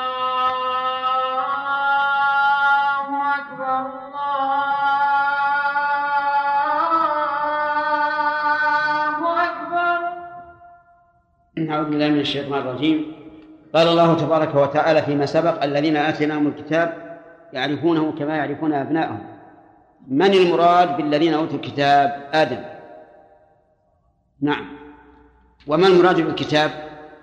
أعوذ بالله من الشيطان الرجيم. قال الله تبارك وتعالى فيما سبق: الذين آتيناهم الكتاب يعرفونه كما يعرفون أبناءهم. من المراد بالذين أوتوا الكتاب؟ آدم. نعم. وما المراد بالكتاب؟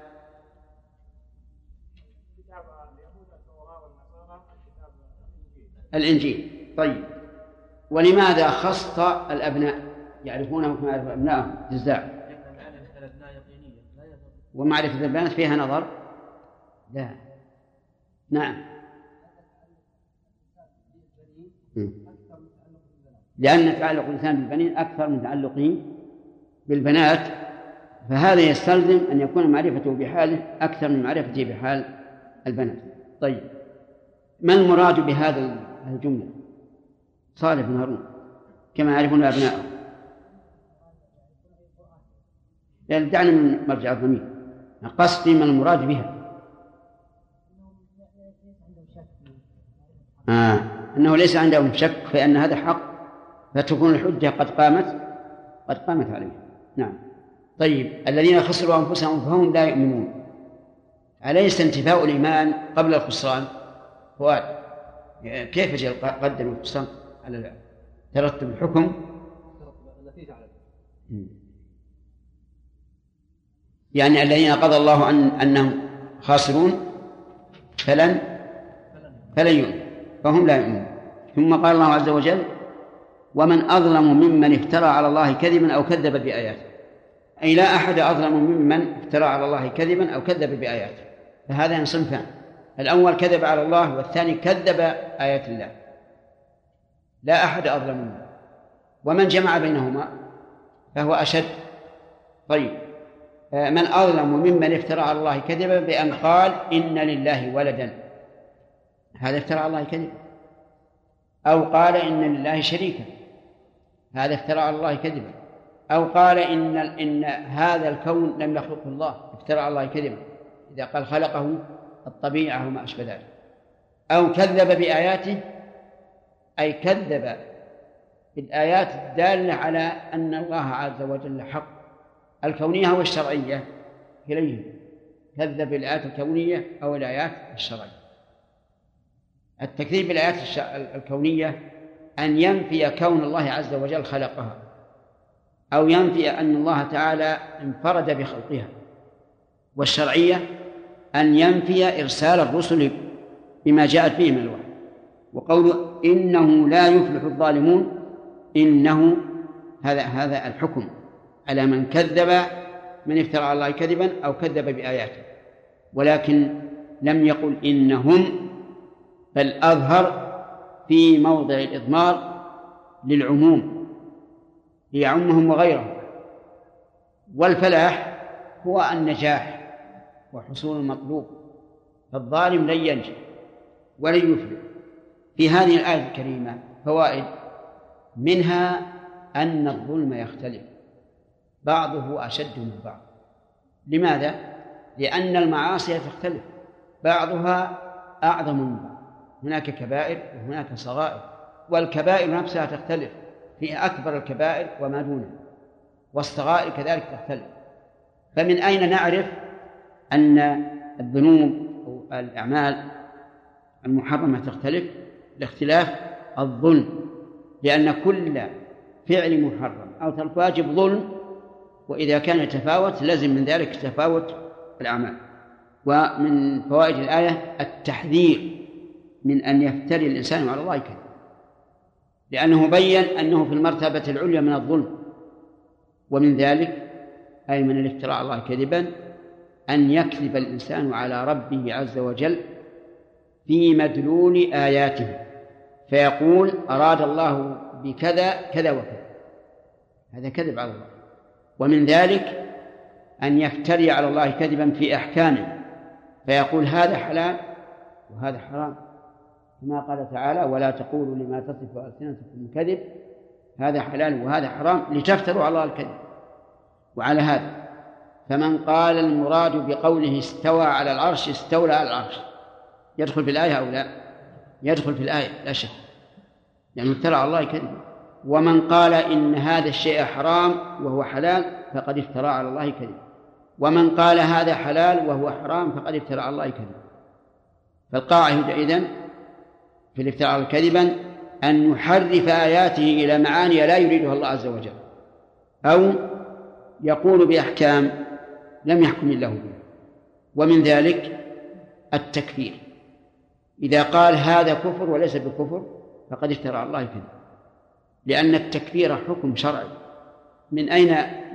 الإنجيل. طيب، ولماذا خص الأبناء يعرفونه كما يعرف أبناءهم؟ جزاء. ومعرفة البنات فيها نظر؟ لا. نعم، لأن تعلق الإنسان بالبنين أكثر من تعلقه بالبنات، فهذا يستلزم أن يكون معرفته بحاله أكثر من معرفته بحال البنات. طيب، ما المراد بهذا الجملة؟ صالح بن هارون: كما يعرفون أبناءهم. يعني دعنا من مرجع الضمير، قصدي من المراد بها. آه. أنه ليس عندهم شك فإن هذا حق، فتكون الحجة قد قامت قد قامت عليه. نعم. طيب، الذين خسروا أنفسهم فهم لا يؤمنون، أليس انتفاء الإيمان قبل الخسران؟ فؤاد، كيف جاء قدم الخسران على ترتب الحكم؟ يعني الذين قضى الله عن أنهم خاسرون فلن فلن يؤمنوا، فهم لا يؤمنون. ثم قال الله عز وجل: ومن أظلم ممن افترى على الله كذبا أو كذب بآياته. أي لا أحد أظلم ممن افترى على الله كذبا أو كذب بآياته، فهذا صنفان: الأول كذب على الله، والثاني كذب آيات الله. لا أحد أظلم منه، ومن جمع بينهما فهو أشد. طيب، من أظلم ممن افترى على الله كذبا بأن قال إن لله ولدا، هذا افترى على الله كذبا. أو قال إن لله شريكا، هذا افترى على الله كذبا. أو قال إن, إن هذا الكون لم يخلقه الله، افترى على الله كذبا إذا قال خلقه الطبيعة وما أشبه ذلك. أو كذب بآياته، أي كذب بالآيات الدالة على أن الله عز وجل حق، الكونية والشرعية كليهم، كذب بالآيات الكونية أو الآيات الشرعية. التكذيب بالآيات الكونية أن ينفي كون الله عز وجل خلقها، أو ينفي أن الله تعالى انفرد بخلقها. والشرعية أن ينفي إرسال الرسل بما جاءت به من الوحي. وقوله إنه لا يفلح الظالمون، إنه هذا هذا الحكم على من كذب، من افترى على الله كذبا أو كذب بآياته، ولكن لم يقل إنهم، بل أظهر في موضع الإضمار للعموم ليعمهم وغيرهم. والفلاح هو النجاح وحصول المطلوب، فالظالم لن ينجح ولن يفلح. في هذه الآية الكريمة فوائد، منها أن الظلم يختلف، بعضه أشد من بعض. لماذا؟ لأن المعاصي تختلف، بعضها أعظم من بعض، هناك كبائر وهناك صغائر، والكبائر نفسها تختلف، في أكبر الكبائر وما دونها، والصغائر كذلك تختلف. فمن أين نعرف أن الذنوب أو الأعمال المحرمة تختلف؟ لاختلاف الظلم، لأن كل فعل محرم أو ترك واجب ظلم، وإذا كان يتفاوت لازم من ذلك تفاوت الأعمال. ومن فوائد الآية التحذير من أن يفتري الإنسان على الله كذبا، لأنه بين أنه في المرتبة العليا من الظلم. ومن ذلك أي من الافتراء على الله كذبا أن يكذب الإنسان على ربه عز وجل في مدلول آياته، فيقول أراد الله بكذا كذا وكذا، هذا كذب على الله. ومن ذلك أن يفتري على الله كذبا في أحكامه، فيقول هذا حلال وهذا حرام، كما قال تعالى ولا تقولوا لما تصف ألسنتكم الكذب هذا حلال وهذا حرام لتفتروا على الله الكذب. وعلى هذا فمن قال المراد بقوله استوى على العرش استولى على العرش يدخل في الآية أو لا؟ يدخل في الآية لا شك، لأنه افترى على الله كذبا. ومن قال إن هذا الشيء حرام وهو حلال فقد افترى على الله كذبا، ومن قال هذا حلال وهو حرام فقد افترى على الله كذبا. فالقاعدة إذن في الافتراء كذبا أن يحرف آياته إلى معاني لا يريدها الله عز وجل، أو يقول بأحكام لم يحكم الله بها. ومن ذلك التكفير، إذا قال هذا كفر وليس بكفر فقد افترى على الله كذبا، لأن التكفير حكم شرعي. من أين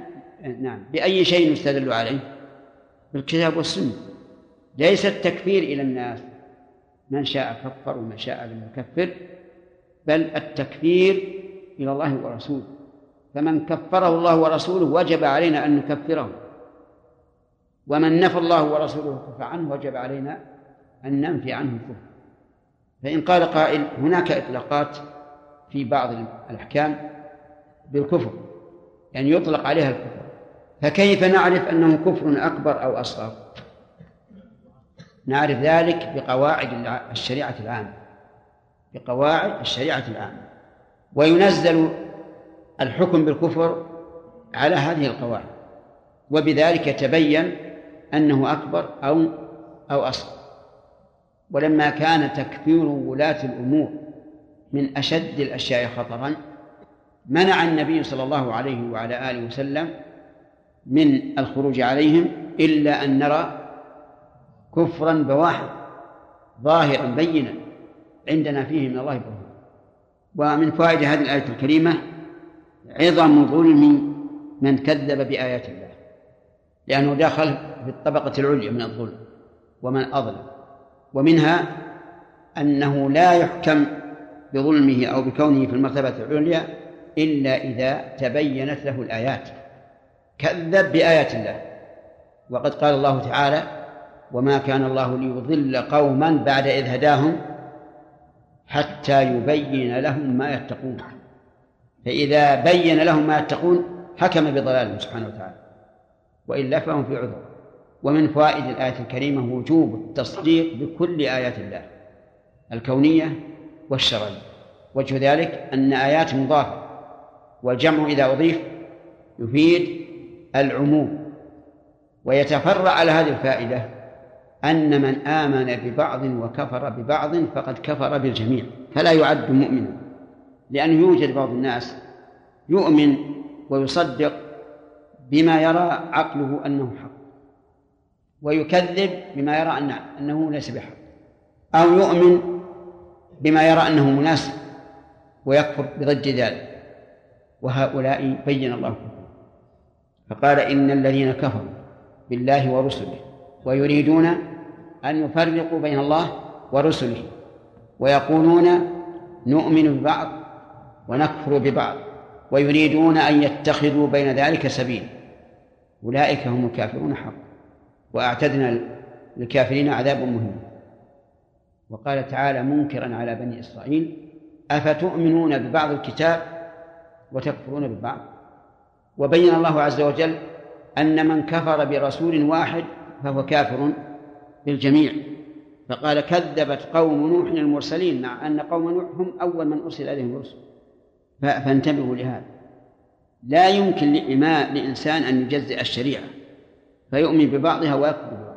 نعم بأي شيء يستدل عليه؟ بالكتاب والسنة. ليس التكفير إلى الناس من شاء كفر ومن شاء لم يكفر، بل التكفير إلى الله ورسوله، فمن كفره الله ورسوله وجب علينا أن نكفره، ومن نفى الله ورسوله كفر عنه وجب علينا أن ننفي عنه الكفر. فإن قال قائل هناك إطلاقات في بعض الأحكام بالكفر، يعني يطلق عليها الكفر، فكيف نعرف أنه كفر أكبر أو أصغر؟ نعرف ذلك بقواعد الشريعة العامة، بقواعد الشريعة العامة، وينزل الحكم بالكفر على هذه القواعد، وبذلك يتبين أنه أكبر أو أو أصغر. ولما كان تكفير ولاة الأمور من أشد الأشياء خطرا منع النبي صلى الله عليه وعلى آله وسلم من الخروج عليهم إلا أن نرى كفرا بواحد ظاهرا بينا عندنا فيه من الله برهان. ومن فوائد هذه الآية الكريمة عظم ظلم من كذب بآيات الله، لأنه دخل في الطبقة العليا من الظلم ومن أظلم. ومنها أنه لا يحكم بظلمه أو بكونه في المرتبة العليا إلا إذا تبينت له الآيات، كذب بآيات الله. وقد قال الله تعالى وما كان الله ليضل قوما بعد إذ هداهم حتى يبين لهم ما يتقون، فإذا بين لهم ما يتقون حكم بضلالهم سبحانه وتعالى، وإلا فهم في عذر. ومن فوائد الآية الكريمة وجوب التصديق بكل آيات الله الكونية والشرعية. وجه ذلك أن آيات مضافة، والجمع إذا أضيف يفيد العموم. ويتفرع على هذه الفائدة أن من آمن ببعض وكفر ببعض فقد كفر بالجميع، فلا يعد مؤمنا، لأنه يوجد بعض الناس يؤمن ويصدق بما يرى عقله أنه حق، ويكذب بما يرى أنه ليس بحق، أو يؤمن بما يرى أنه مناسب ويكفر بضد ذلك. وهؤلاء بين الله فقال إن الذين كفروا بالله ورسله ويريدون أن يفرقوا بين الله ورسله ويقولون نؤمن ببعض ونكفر ببعض ويريدون أن يتخذوا بين ذلك سبيل أولئك هم الكافرون حقا وأعتدنا للكافرين عذاب مهين. وقال تعالى منكرا على بني إسرائيل أفتؤمنون ببعض الكتاب وتكفرون ببعض. وبين الله عز وجل أن من كفر برسول واحد فهو كافر بالجميع، فقال كذبت قوم نوح المرسلين، مع أن قوم نوح هم أول من أرسل إليهم الرسل. فانتبهوا لهذا. لا يمكن لإماء لإنسان أن يجزئ الشريعة فيؤمن ببعضها ويكفر ببعضها،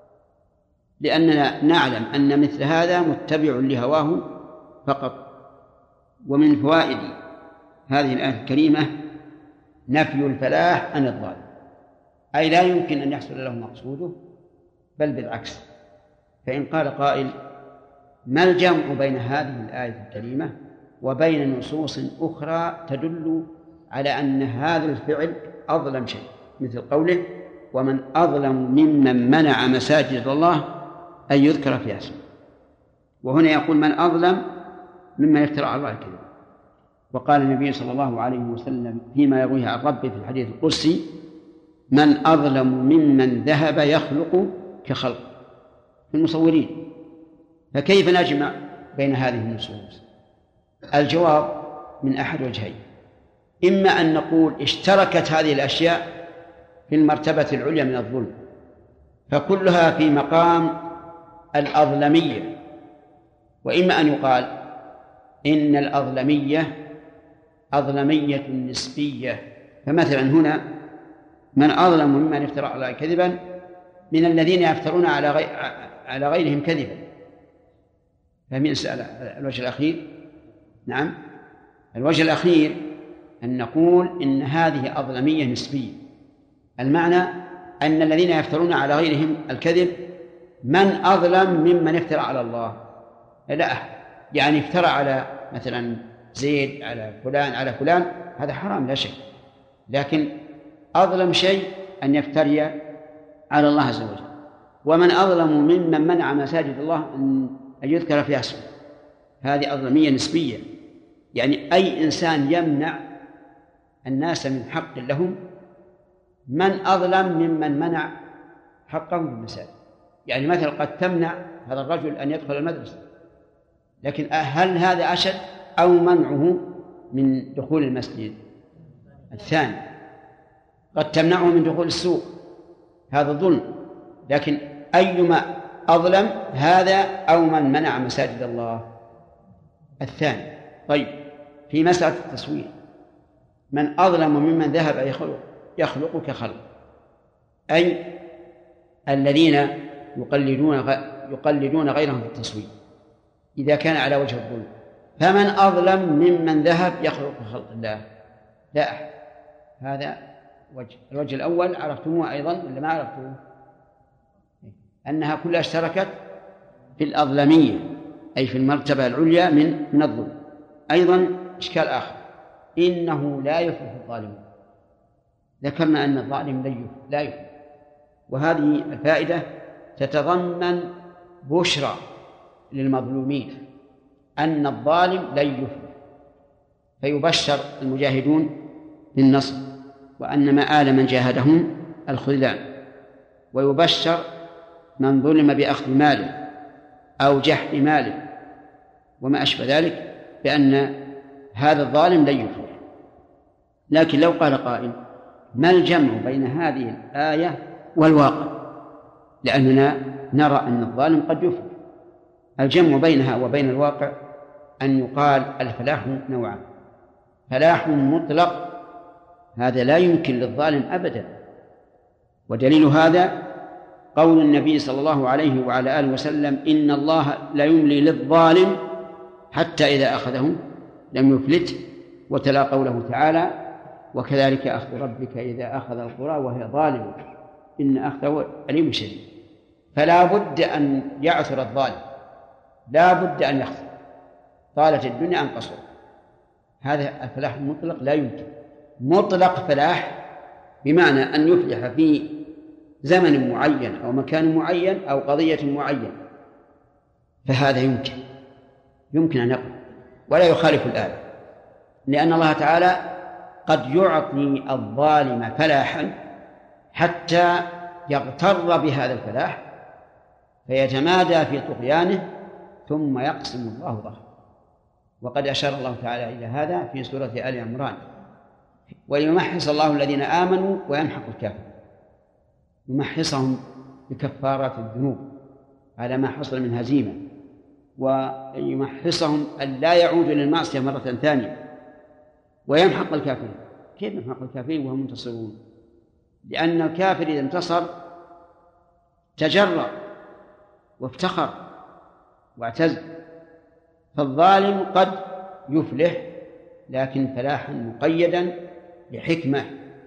لأننا نعلم أن مثل هذا متبع لهواه فقط. ومن فوائد هذه الآية الكريمة نفي الفلاح عن الضال، أي لا يمكن أن يحصل له مقصوده، بل بالعكس. فإن قال قائل ما الجمع بين هذه الآية الكريمة وبين نصوص أخرى تدل على أن هذا الفعل أظلم شيء، مثل قوله ومن أظلم ممن منع مساجد الله أن يذكر فيها اسمه. وهنا يقول من أظلم ممن افترى على الله الكذب. وقال النبي صلى الله عليه وسلم فيما يرويه عن ربه في الحديث القدسي من أظلم ممن ذهب يخلق كخلق في المصورين. فكيف نجمع بين هذه النصوص؟ الجواب من أحد وجهين: إما أن نقول اشتركت هذه الأشياء في المرتبة العليا من الظلم، فكلها في مقام الأظلمية، وإما أن يقال إن الأظلمية أظلمية نسبية. فمثلا هنا من أظلم ممن افترى على كذبا من الذين يفترون على غي... على غيرهم كذبا. فمن سأل الوجه الأخير؟ نعم، الوجه الأخير أن نقول إن هذه أظلمية نسبية، المعنى أن الذين يفترون على غيرهم الكذب من أظلم ممن افترى على الله؟ لا أحد. يعني افترى على مثلا زيد على فلان على فلان، هذا حرام لا شك، لكن أظلم شيء أن يفتري على الله عز وجل. ومن أظلم ممن منع مساجد الله أن يذكر فيها اسمه، هذه أظلمية نسبية، يعني أي إنسان يمنع الناس من حق لهم من أظلم ممن منع حقهم بالمساجد. يعني مثلا قد تمنع هذا الرجل أن يدخل المدرسة، لكن هل هذا أشد أو منعه من دخول المسجد؟ الثاني. قد تمنعه من دخول السوق، هذا ظلم، لكن أيما أظلم هذا أو من منع مساجد الله؟ الثاني. طيب، في مسألة التصوير من أظلم ممن ذهب يخلق يخلق كخلق، أي الذين يقلدون يقلدون غيرهم في التصوير إذا كان على وجه الظلم. فمن أظلم ممن ذهب يخلق كخلق الله؟ لا أحد. هذا وجه. الوجه الأول عرفتموه أيضا ولا ما عرفتوه؟ أنها كلها اشتركت في الأظلمية، أي في المرتبة العليا من من الظلم. أيضا إشكال آخر: إنه لا يفلح الظالمون. ذكرنا أن الظالم لا يفلح، وهذه الفائدة تتضمن بشرى للمظلومين أن الظالم لن يفلح، فيبشر المجاهدون بالنصر وأن مآل من جاهدهم الخذلان، ويبشر من ظلم بأخذ ماله أو جحد ماله وما أشبه ذلك بأن هذا الظالم لن يفلح. لكن لو قال قائل ما الجمع بين هذه الآية والواقع؟ لأننا نرى أن الظالم قد يفلح. الجمع بينها وبين الواقع أن يقال الفلاح نوعان: فلاح مطلق، هذا لا يمكن للظالم أبدا، ودليل هذا قول النبي صلى الله عليه وعلى آله وسلم إن الله لا يملي للظالم حتى إذا أخذه لم يفلت، وتلا قوله تعالى وكذلك أخذ ربك إذا أخذ القرى وهي ظالمة إن أخذه أليم شديد. فلا بد أن يعثر الظالم، لا بد أن يخسر، طالت الدنيا أن قصر. هذا الفلاح المطلق لا يمكن. مطلق فلاح بمعنى أن يفلح في زمن معين أو مكان معين أو قضية معينة، فهذا يمكن يمكن أن يقع ولا يخالف الآية، لأن الله تعالى قد يعطي الظالم فلاحا حتى يغتر بهذا الفلاح فيتمادى في طغيانه ثم يقسم الله ظهره. وقد أشار الله تعالى إلى هذا في سورة آل عمران: ويمحص الله الذين آمنوا ويمحق الكافر، يمحصهم بكفارات الذنوب على ما حصل من هزيمة، ويمحصهم أن لا يعودوا للمعصية مرة ثانية، ويمحق الكافرين. كيف يمحق الكافرين وهم منتصرون؟ لأن الكافر إذا انتصر تجرأ وافتخر واعتز، فالظالم قد يفلح لكن فلاحا مقيدا لحكمة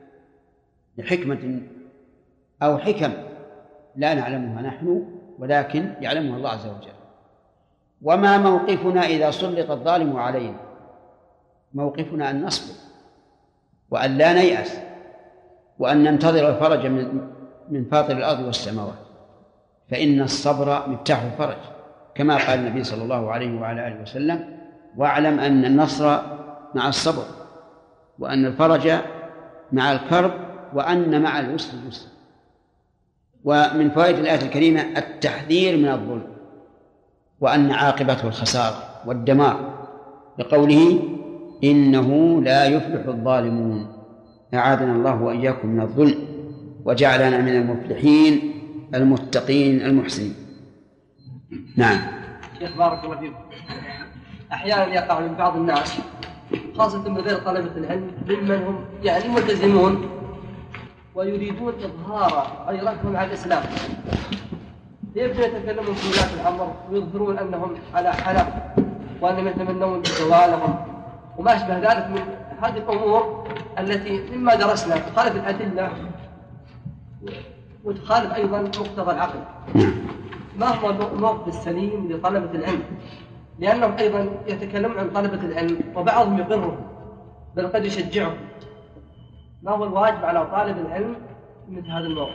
لحكمة أو حكم لا نعلمها نحن ولكن يعلمها الله عز وجل. وما موقفنا إذا سلط الظالم علينا؟ موقفنا أن نصبر وأن لا نيأس وأن ننتظر الفرج من من فاطر الأرض والسماوات، فإن الصبر مفتاح الفرج كما قال النبي صلى الله عليه وعلى آله وسلم: واعلم أن النصر مع الصبر، وأن الفرج مع الكرب، وأن مع العسر يسر. ومن فوائد الآية الكريمة التحذير من الظلم، وأن عاقبته الخسارة والدمار، لقوله: إنه لا يفلح الظالمون. أعاذنا الله وإياكم من الظلم وجعلنا من المفلحين المتقين المحسنين. نعم. شيخ بارك الله فيكم، أحيانا يقع من بعض الناس خاصة من غير طلبة العلم ممن هم يعني ملتزمون ويريدون إظهار غيرتهم على الإسلام، يبدأ يتكلمون في ولاة الأمر ويظهرون أنهم على حلق وأنهم يتمنون زوالهم وما أشبه ذلك من هذه الأمور التي مما درسنا تخالف الأدلة وتخالف أيضا مقتضى العقل. ما هو الموقف السليم لطلبة العلم؟ لأنهم أيضا يتكلمون عن طلبة العلم وبعضهم يقرهم بل قد يشجعهم. ما هو الواجب على طالب العلم مثل هذا الموقف؟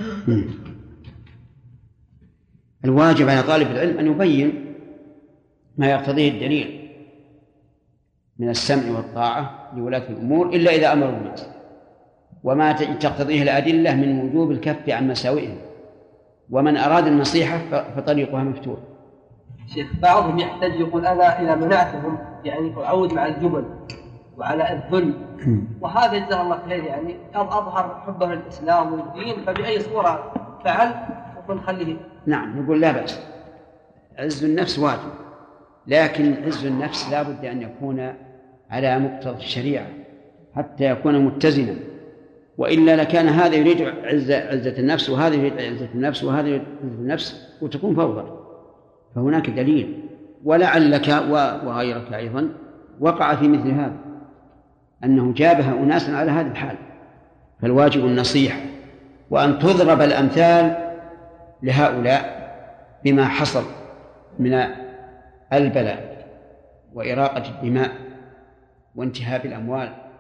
الواجب على طالب العلم أن يبين ما يقتضيه الدليل من السمع والطاعة لولاة الأمور إلا إذا أمروا الناس، وما تقتضيه الأدلة من وجوب الكف عن مساوئهم. ومن أراد النصيحة فطريقها مفتوح. شيخ بعضهم يحتاج يقول أنا إذا منعتهم يعني أعود مع الجبن وعلى الذل، وهذا جزاه الله خير يعني أظهر حبه للإسلام والدين، فبأي صورة فعل ونخليه. نعم نقول لا بأس، عز النفس واجب، لكن عز النفس لا بد أن يكون على مقتضى الشريعة حتى يكون متزنا، وإلا لكان هذا يريد عزة, عزة النفس وهذا يريد عزة النفس وهذا يريد عزة النفس وتكون فوضى. فهناك دليل، ولعلك وغيرك أيضا وقع في مثل هذا، أنه جابها أناسا على هذا الحال. فالواجب النصيحة، وأن تضرب الأمثال لهؤلاء بما حصل من البلاء وإراقة الدماء وانتهاب الأموال